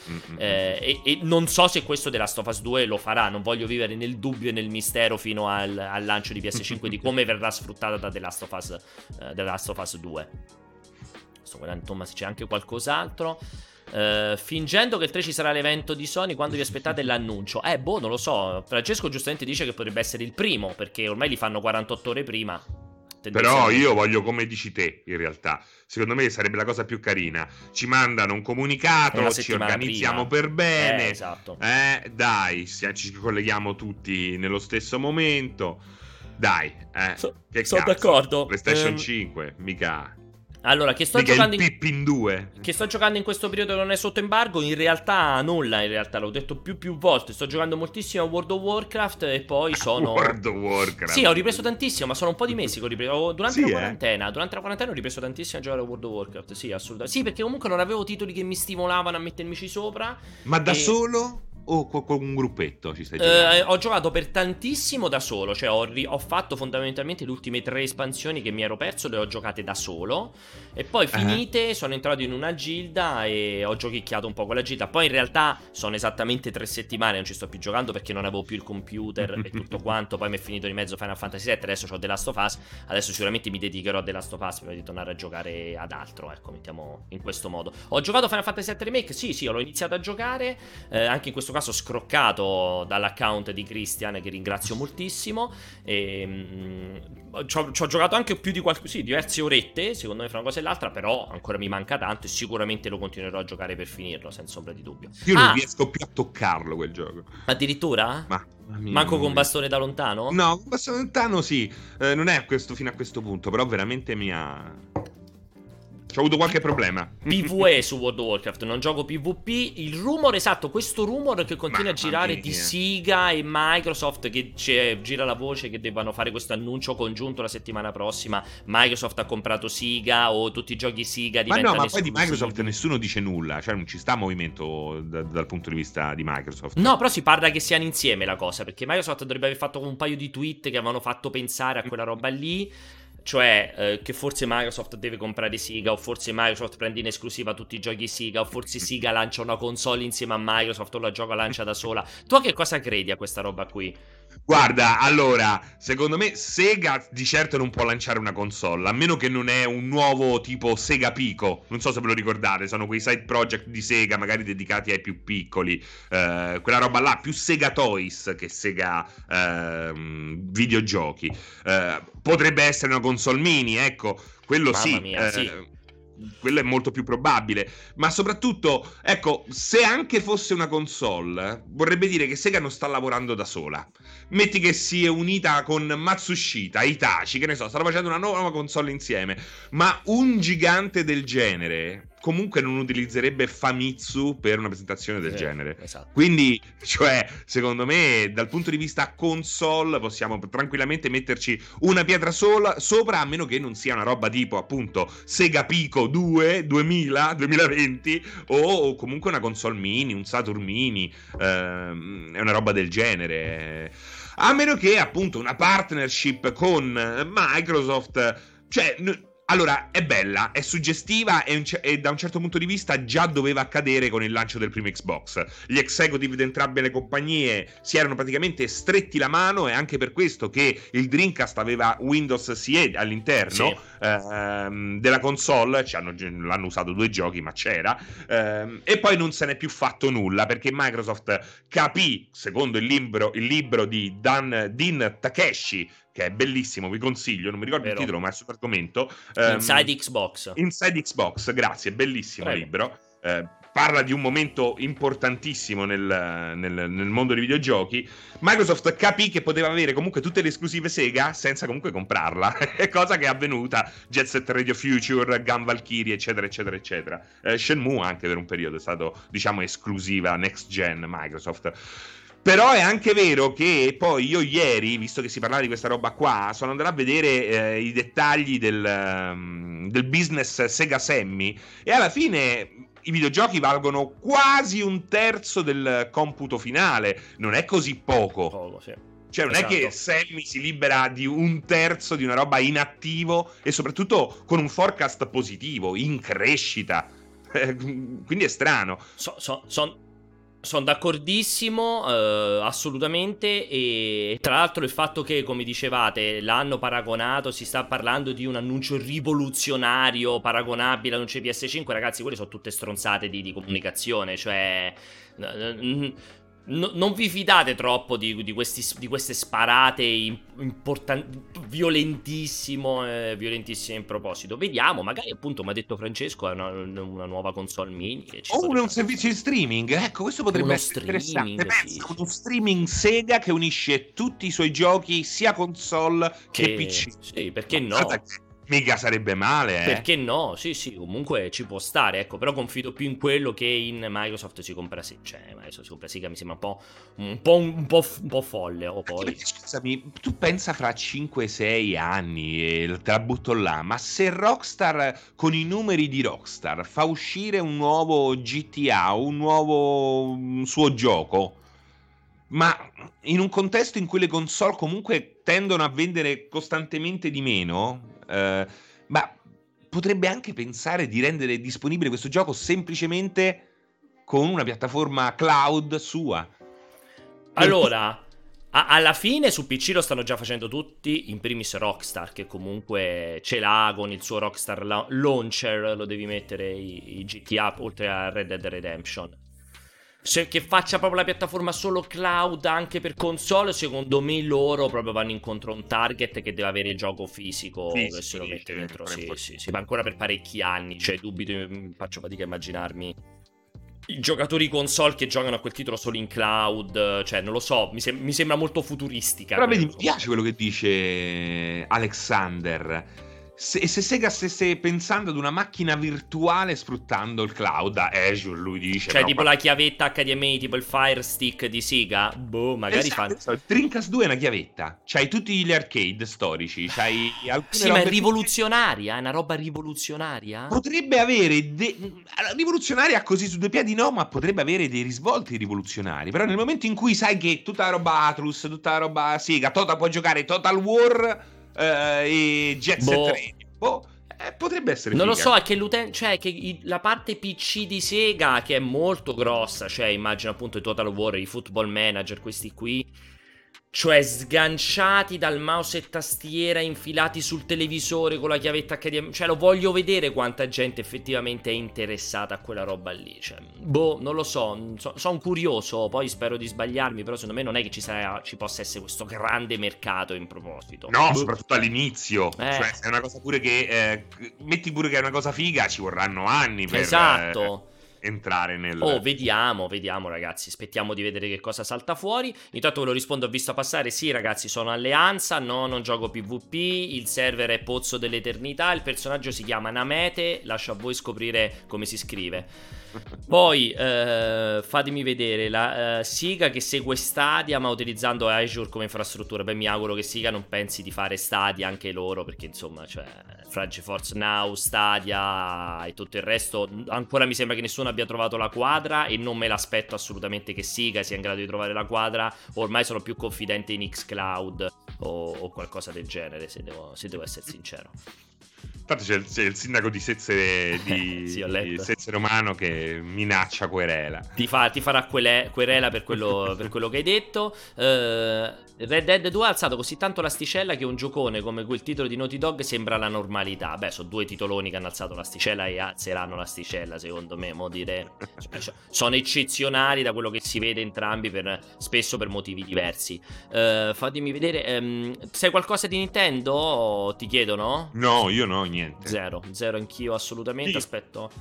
E non so se questo The Last of Us 2 lo farà, non voglio vivere nel dubbio e nel mistero fino al lancio di PS5 di come verrà sfruttata da The Last of Us 2. Sto guardando se c'è anche qualcos'altro. Fingendo che il 3 ci sarà l'evento di Sony, quando vi aspettate l'annuncio? Non lo so. Francesco giustamente dice che potrebbe essere il primo, perché ormai li fanno 48 ore prima. Però io voglio come dici te, in realtà. Secondo me sarebbe la cosa più carina. Ci mandano un comunicato, ci organizziamo per bene. Esatto. Dai, ci colleghiamo tutti nello stesso momento. Dai, che Sono cazzo? d'accordo. PlayStation 5, mica Allora, che sto mica giocando il Pippin 2. che sto giocando in questo periodo che non è sotto embargo, in realtà nulla, in realtà l'ho detto più volte, sto giocando moltissimo a World of Warcraft e poi sono... World of Warcraft. Sì, ho ripreso tantissimo, ma sono un po' di mesi che ho ripreso, durante Sì, la quarantena, ho ripreso tantissimo a giocare a World of Warcraft, sì, assolutamente. Sì, perché comunque non avevo titoli che mi stimolavano a mettermici sopra. Ma da e... solo o con un gruppetto ci stai giocando? Ho giocato per tantissimo da solo, cioè ho fatto fondamentalmente le ultime 3 espansioni che mi ero perso, le ho giocate da solo e poi finite sono entrato in una gilda e ho giochicchiato un po' con la gilda. Poi in realtà sono esattamente 3 settimane, non ci sto più giocando perché non avevo più il computer e tutto quanto, poi mi è finito di mezzo Final Fantasy VII, adesso ho The Last of Us, adesso sicuramente mi dedicherò a The Last of Us prima di tornare a giocare ad altro, ecco, mettiamo in questo modo. Ho giocato Final Fantasy VII Remake, sì, l'ho iniziato a giocare, anche in questo caso scroccato dall'account di Christian che ringrazio moltissimo ci ho giocato anche più di diverse orette, secondo me fra una cosa e l'altra, però ancora mi manca tanto e sicuramente lo continuerò a giocare per finirlo senza ombra di dubbio. Io non riesco più a toccarlo quel gioco. Addirittura? Manco con bastone da lontano? No, con bastone da lontano sì, non è fino a questo punto, però veramente mi ha... C'ho avuto qualche problema. PvE su World of Warcraft, non gioco PvP. Il rumore, esatto, questo rumore che continua a girare di Sega e Microsoft, che gira la voce che debbano fare questo annuncio congiunto la settimana prossima. Microsoft ha comprato Sega o tutti i giochi Sega diventano ma poi di Microsoft nessuno dice nulla, cioè non ci sta movimento dal punto di vista di Microsoft. No, però si parla che siano insieme la cosa, perché Microsoft dovrebbe aver fatto un paio di tweet che avevano fatto pensare a quella roba lì. Cioè che forse Microsoft deve comprare Sega, o forse Microsoft prende in esclusiva tutti i giochi Sega, o forse Sega lancia una console insieme a Microsoft o la gioca lancia da sola. Tu a che cosa credi a questa roba qui? Guarda, allora, secondo me Sega di certo non può lanciare una console, a meno che non è un nuovo tipo Sega Pico. Non so se ve lo ricordate, sono quei side project di Sega magari dedicati ai più piccoli. Quella roba là, più Sega Toys che Sega videogiochi. Potrebbe essere una console mini, ecco, quello Mamma mia, sì. Quello è molto più probabile. Ma soprattutto, ecco, se anche fosse una console, vorrebbe dire che Sega non sta lavorando da sola. Metti che si è unita con Matsushita, Hitachi, che ne so, stanno facendo una nuova console insieme. Ma un gigante del genere comunque non utilizzerebbe Famitsu per una presentazione del genere. Esatto. Quindi, cioè, secondo me, dal punto di vista console, possiamo tranquillamente metterci una pietra sola sopra, a meno che non sia una roba tipo, appunto, Sega Pico 2, 2000, 2020, o comunque una console mini, un Saturn mini, è una roba del genere. A meno che, appunto, una partnership con Microsoft, cioè... Allora, è bella, è suggestiva e da un certo punto di vista già doveva accadere con il lancio del primo Xbox. Gli executive di entrambe le compagnie si erano praticamente stretti la mano, e anche per questo che il Dreamcast aveva Windows CE all'interno della console. L'hanno usato 2 giochi, ma c'era. E poi non se n'è più fatto nulla, perché Microsoft capì, secondo il libro di Dean Takeshi, che è bellissimo, vi consiglio, non mi ricordo il titolo, ma è super argomento. Inside Xbox. Inside Xbox, grazie, bellissimo libro. Parla di un momento importantissimo nel mondo dei videogiochi. Microsoft capì che poteva avere comunque tutte le esclusive Sega senza comunque comprarla, cosa che è avvenuta. Jet Set Radio Future, Gun Valkyrie, eccetera, eccetera, eccetera. Shenmue anche per un periodo è stato, diciamo, esclusiva next gen Microsoft. Però è anche vero che poi io ieri, visto che si parlava di questa roba qua, sono andato a vedere i dettagli del business Sega Sammy, e alla fine i videogiochi valgono quasi 1/3 del computo finale. Non è così poco. Sì. Cioè non è che Sammy si libera di 1/3 di una roba in attivo, e soprattutto con un forecast positivo, in crescita. Quindi è strano. Sono d'accordissimo, assolutamente. E tra l'altro il fatto che, come dicevate, l'hanno paragonato, si sta parlando di un annuncio rivoluzionario paragonabile all'annuncio di PS5, ragazzi, quelle sono tutte stronzate di comunicazione. Cioè Non vi fidate troppo di queste sparate violentissime in proposito. Vediamo, magari appunto, mi ha detto Francesco, è una nuova console mini che ci O un potrebbe... servizio di streaming, ecco, questo potrebbe Uno essere interessante. streaming, sì, Pensa, sì. uno streaming Sega che unisce tutti i suoi giochi, sia console che PC. Sì, perché Guarda no? che mica sarebbe male, eh. Perché no? Sì, sì, comunque ci può stare, ecco, però confido più in quello che in Microsoft si compra cioè, Microsoft si compra Sega mi sembra un po' folle, o Anche poi... perché, scusami, tu pensa fra 5-6 anni e te la butto là, ma se Rockstar con i numeri di Rockstar fa uscire un nuovo GTA, un nuovo suo gioco, ma in un contesto in cui le console comunque tendono a vendere costantemente di meno, ma potrebbe anche pensare di rendere disponibile questo gioco semplicemente con una piattaforma cloud sua. Per cui Allora, alla fine su PC lo stanno già facendo tutti, in primis Rockstar, che comunque ce l'ha con il suo Rockstar Launcher, lo devi mettere i GTA oltre a Red Dead Redemption. Che faccia proprio la piattaforma solo cloud anche per console, secondo me loro proprio vanno incontro a un target che deve avere il gioco fisico, che se lo mette dentro, sì, ma ancora per parecchi anni, cioè dubito, faccio fatica a immaginarmi i giocatori console che giocano a quel titolo solo in cloud, cioè non lo so, mi sembra molto futuristica. Però vedi, mi piace quello che dice Alexander. Se Sega stesse pensando ad una macchina virtuale sfruttando il cloud, Azure, lui dice. Cioè tipo la chiavetta HDMI, tipo il Fire Stick di Sega, boh, magari fanno... Il Dreamcast 2 è una chiavetta. C'hai tutti gli arcade storici, c'hai alcune Sì, ma è robe rivoluzionaria, è una roba rivoluzionaria? potrebbe avere rivoluzionaria così su due piedi no, ma potrebbe avere dei risvolti rivoluzionari. Però nel momento in cui sai che tutta la roba Atlus, tutta la roba Sega, puoi giocare Total War e Jet Set Boh. Radio, potrebbe essere Non lo figa. so, è che l'utente, cioè che la parte PC di Sega che è molto grossa, cioè immagino appunto i Total War, i Football Manager, questi qui, cioè sganciati dal mouse e tastiera, infilati sul televisore con la chiavetta HDMI, cioè lo voglio vedere quanta gente effettivamente è interessata a quella roba lì, cioè, boh, non lo so, sono curioso, poi spero di sbagliarmi, però secondo me non è che ci possa essere questo grande mercato in proposito. No, Boh. soprattutto all'inizio. Cioè, se è una cosa pure che. Metti pure che è una cosa figa, ci vorranno anni per. Esatto. Entrare nel. Oh, vediamo ragazzi, aspettiamo di vedere che cosa salta fuori. Intanto ve lo rispondo, ho visto passare, sì ragazzi, sono alleanza, no, non gioco PvP, il server è Pozzo dell'Eternità, il personaggio si chiama Namete, lascio a voi scoprire come si scrive. Poi fatemi vedere la Sega che segue Stadia ma utilizzando Azure come infrastruttura. Beh, mi auguro che Sega non pensi di fare Stadia anche loro, perché insomma, cioè, fra GeForce Now, Stadia e tutto il resto, ancora mi sembra che nessuno abbia trovato la quadra e non me l'aspetto assolutamente che Sega sia in grado di trovare la quadra. Ormai sono più confidente in xCloud o qualcosa del genere, se devo essere sincero. Tanto c'è il sindaco di Sezze, Sì, ho letto. di Sezze Romano che minaccia querela. Ti farà querela per quello che hai detto. Red Dead 2 ha alzato così tanto l'asticella che un giocone come quel titolo di Naughty Dog sembra la normalità. Beh, sono due titoloni che hanno alzato l'asticella e alzeranno l'asticella, secondo me. Mo dire, sono eccezionali da quello che si vede entrambi, spesso per motivi diversi. Fatemi vedere. Sai qualcosa di Nintendo? Ti chiedono? No, io no, niente. Zero anch'io assolutamente. Sì.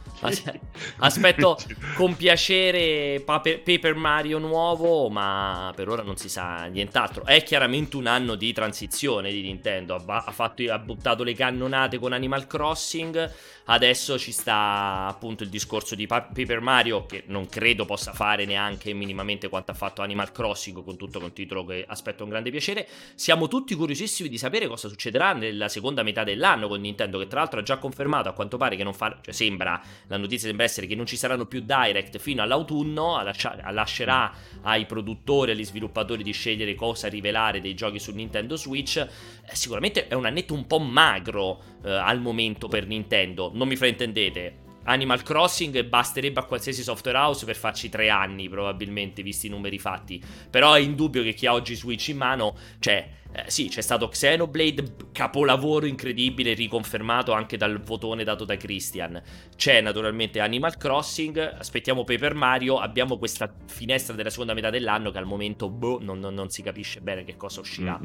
Aspetto con piacere Paper Mario nuovo, ma per ora non si sa nient'altro. È chiaramente un anno di transizione di Nintendo. Ha buttato le cannonate con Animal Crossing. Adesso ci sta appunto il discorso di Paper Mario, che non credo possa fare neanche minimamente quanto ha fatto Animal Crossing, con tutto un titolo che aspetto un grande piacere. Siamo tutti curiosissimi di sapere cosa succederà nella seconda metà dell'anno con Nintendo, che tra l'altro ha già confermato a quanto pare che non fa, cioè la notizia sembra essere che non ci saranno più direct fino all'autunno, lascerà ai produttori e agli sviluppatori di scegliere cosa rivelare dei giochi su Nintendo Switch. Sicuramente è un annetto un po' magro al momento per Nintendo, non mi fraintendete. Animal Crossing basterebbe a qualsiasi software house per farci 3 anni probabilmente, visti i numeri fatti. Però è indubbio che chi ha oggi Switch in mano, cioè Sì, c'è stato Xenoblade, capolavoro incredibile, riconfermato anche dal votone dato da Christian. C'è naturalmente Animal Crossing, aspettiamo Paper Mario, abbiamo questa finestra della seconda metà dell'anno che al momento non si capisce bene che cosa uscirà.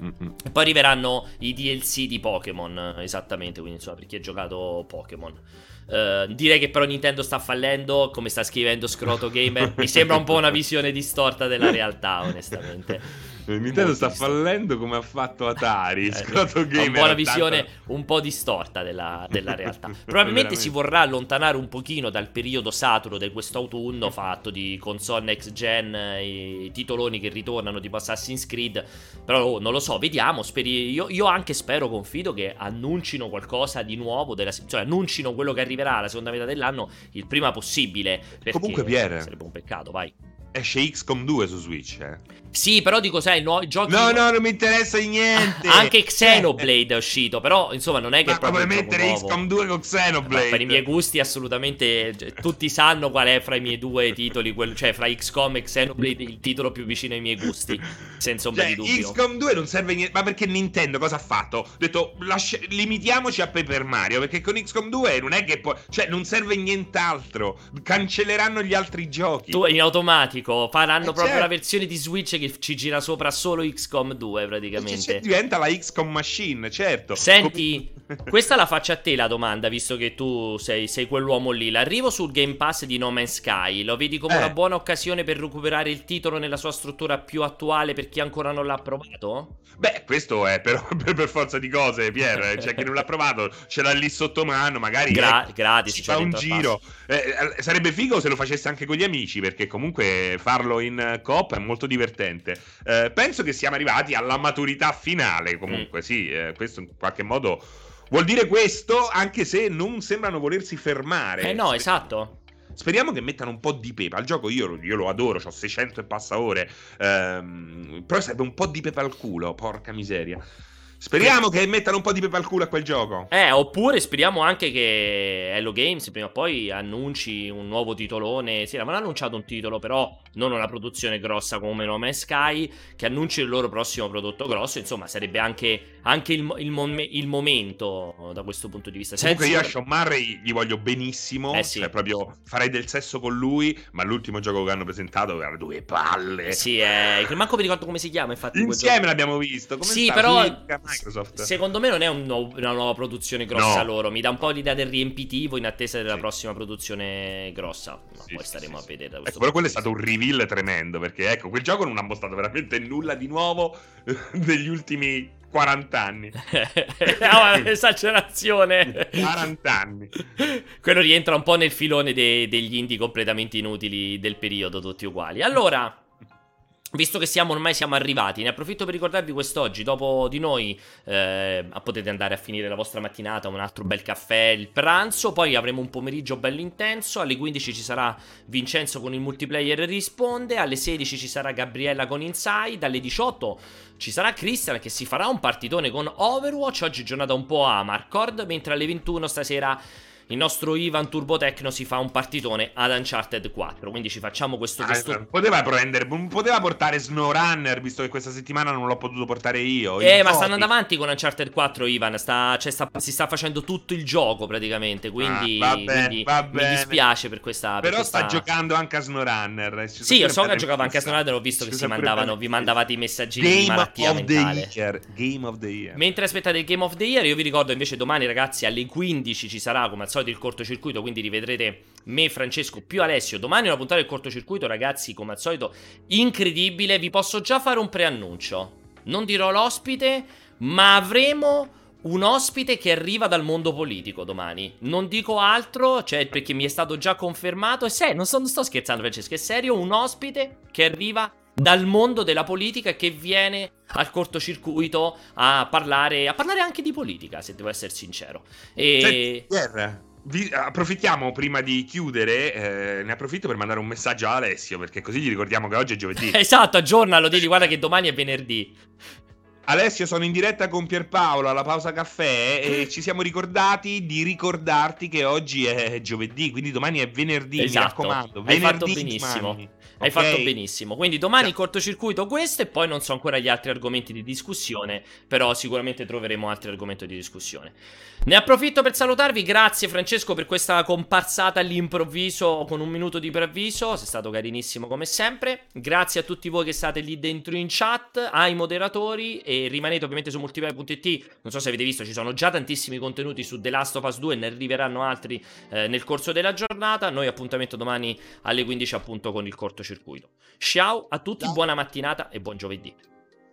E poi arriveranno i DLC di Pokémon, esattamente, quindi insomma per chi ha giocato Pokémon. Direi che però Nintendo sta fallendo, come sta scrivendo Scroto Gamer. Mi sembra un po' una visione distorta della realtà, onestamente. Nintendo sta fallendo come ha fatto Atari. Scroto Gamer ha un po' una visione un po' distorta della realtà. Probabilmente si vorrà allontanare un pochino dal periodo saturo di quest'autunno, fatto di console next gen, i titoloni che ritornano tipo Assassin's Creed. Però non lo so, vediamo. Io anche spero, confido che annuncino qualcosa di nuovo, cioè annuncino quello che arriverà alla seconda metà dell'anno il prima possibile. Comunque, Pierre, sarebbe un peccato, vai. Esce XCOM 2 su Switch, Sì, però dico, sai, i giochi... No, non mi interessa di niente. Anche Xenoblade è uscito, però, insomma, non è che... Ma come mettere XCOM 2 con Xenoblade? Per i miei gusti, assolutamente, tutti sanno qual è fra i miei due titoli, cioè fra XCOM e Xenoblade, il titolo più vicino ai miei gusti, senza ombra di dubbio. XCOM 2 non serve niente, ma perché Nintendo cosa ha fatto? Ha detto, limitiamoci a Paper Mario, perché con XCOM 2 non è che cioè, non serve nient'altro. Cancelleranno gli altri giochi. Tu in automatico faranno proprio certo. la versione di Switch che ci gira sopra solo XCOM 2 praticamente. Diventa la XCOM Machine, certo. Senti, questa la faccio a te la domanda, visto che tu sei quell'uomo lì. L'arrivo sul Game Pass di No Man's Sky lo vedi come una buona occasione per recuperare il titolo nella sua struttura più attuale per chi ancora non l'ha provato? Beh, questo è però per forza di cose, Pierre. Cioè, chi non l'ha provato ce l'ha lì sotto mano, magari gratis, si fa un giro. Sarebbe figo se lo facesse anche con gli amici, perché comunque farlo in coop è molto divertente. Penso che siamo arrivati alla maturità finale. Comunque, sì, questo in qualche modo vuol dire questo, anche se non sembrano volersi fermare. No, esatto. Speriamo che mettano un po' di pepe al gioco. Io lo adoro, ho 600 e passa ore. Però serve un po' di pepe al culo, porca miseria. Speriamo che mettano un po' di pepe al culo a quel gioco. Oppure speriamo anche che Hello Games prima o poi annunci un nuovo titolone. Sì, avevano annunciato un titolo, però non una produzione grossa come No Man's Sky, che annunci il loro prossimo prodotto grosso. Insomma, sarebbe anche il momento da questo punto di vista. Comunque io a Sean Murray gli voglio benissimo, sì. Cioè proprio farei del sesso con lui, ma l'ultimo gioco che hanno presentato aveva due palle. Sì, manco mi ricordo come si chiama, infatti. Insieme l'abbiamo visto. Come sì, sta? però Microsoft. Secondo me non è una nuova produzione grossa loro. Mi dà un po' l'idea del riempitivo in attesa della prossima produzione grossa. Ma poi staremo a vedere da questo però quello è stato un reveal tremendo, perché ecco, quel gioco non ha mostrato veramente nulla di nuovo degli ultimi 40 anni. Esagerazione. 40 anni. Quello rientra un po' nel filone degli indie completamente inutili del periodo, tutti uguali. Allora, visto che ormai siamo arrivati, ne approfitto per ricordarvi quest'oggi, dopo di noi potete andare a finire la vostra mattinata, un altro bel caffè, il pranzo, poi avremo un pomeriggio bello intenso, alle 15 ci sarà Vincenzo con il multiplayer risponde, alle 16 ci sarà Gabriella con Inside, alle 18 ci sarà Christian che si farà un partitone con Overwatch, oggi giornata un po' a Marcord, mentre alle 21 stasera il nostro Ivan Turbotecno si fa un partitone ad Uncharted 4. Quindi ci facciamo questo. Poteva portare SnowRunner, visto che questa settimana non l'ho potuto portare io. Ma sta andando avanti con Uncharted 4, Ivan. Si sta facendo tutto il gioco praticamente. Quindi, mi dispiace per questa. Però sta giocando anche a SnowRunner. Sì, io so che giocava anche a SnowRunner. Ho visto che vi mandavate i messaggini di malattia mentale. Game of the Year. Mentre aspettate il Game of the Year, io vi ricordo invece domani, ragazzi, alle 15 ci sarà come al solito il cortocircuito, quindi rivedrete me, Francesco più Alessio. Domani una puntata del cortocircuito, ragazzi, come al solito incredibile. Vi posso già fare un preannuncio, non dirò l'ospite, ma avremo un ospite che arriva dal mondo politico domani. Non dico altro, cioè, perché mi è stato già confermato. E non sto scherzando, Francesco, è serio, un ospite che arriva dal mondo della politica e che viene al cortocircuito a parlare anche di politica, se devo essere sincero. Approfittiamo prima di chiudere, ne approfitto per mandare un messaggio a Alessio, perché così gli ricordiamo che oggi è giovedì. Esatto, aggiornalo, digli guarda che domani è venerdì. Alessio, sono in diretta con Pierpaolo alla pausa caffè e ci siamo ricordati di ricordarti che oggi è giovedì, quindi domani è venerdì, mi Esatto, raccomando. hai fatto Venerdì benissimo. domani. Hai Ok? fatto benissimo. Quindi domani Ciao. cortocircuito questo e poi non so ancora gli altri argomenti di discussione, però sicuramente troveremo altri argomenti di discussione. Ne approfitto per salutarvi, grazie Francesco per questa comparsata all'improvviso con un minuto di preavviso, sei stato carinissimo come sempre. Grazie a tutti voi che state lì dentro in chat, ai moderatori e rimanete ovviamente su multiplayer.it. Non so se avete visto, ci sono già tantissimi contenuti su The Last of Us 2 e ne arriveranno altri nel corso della giornata. Noi appuntamento domani alle 15 appunto con il cortocircuito. Ciao a tutti, Ciao. buona mattinata e buon giovedì.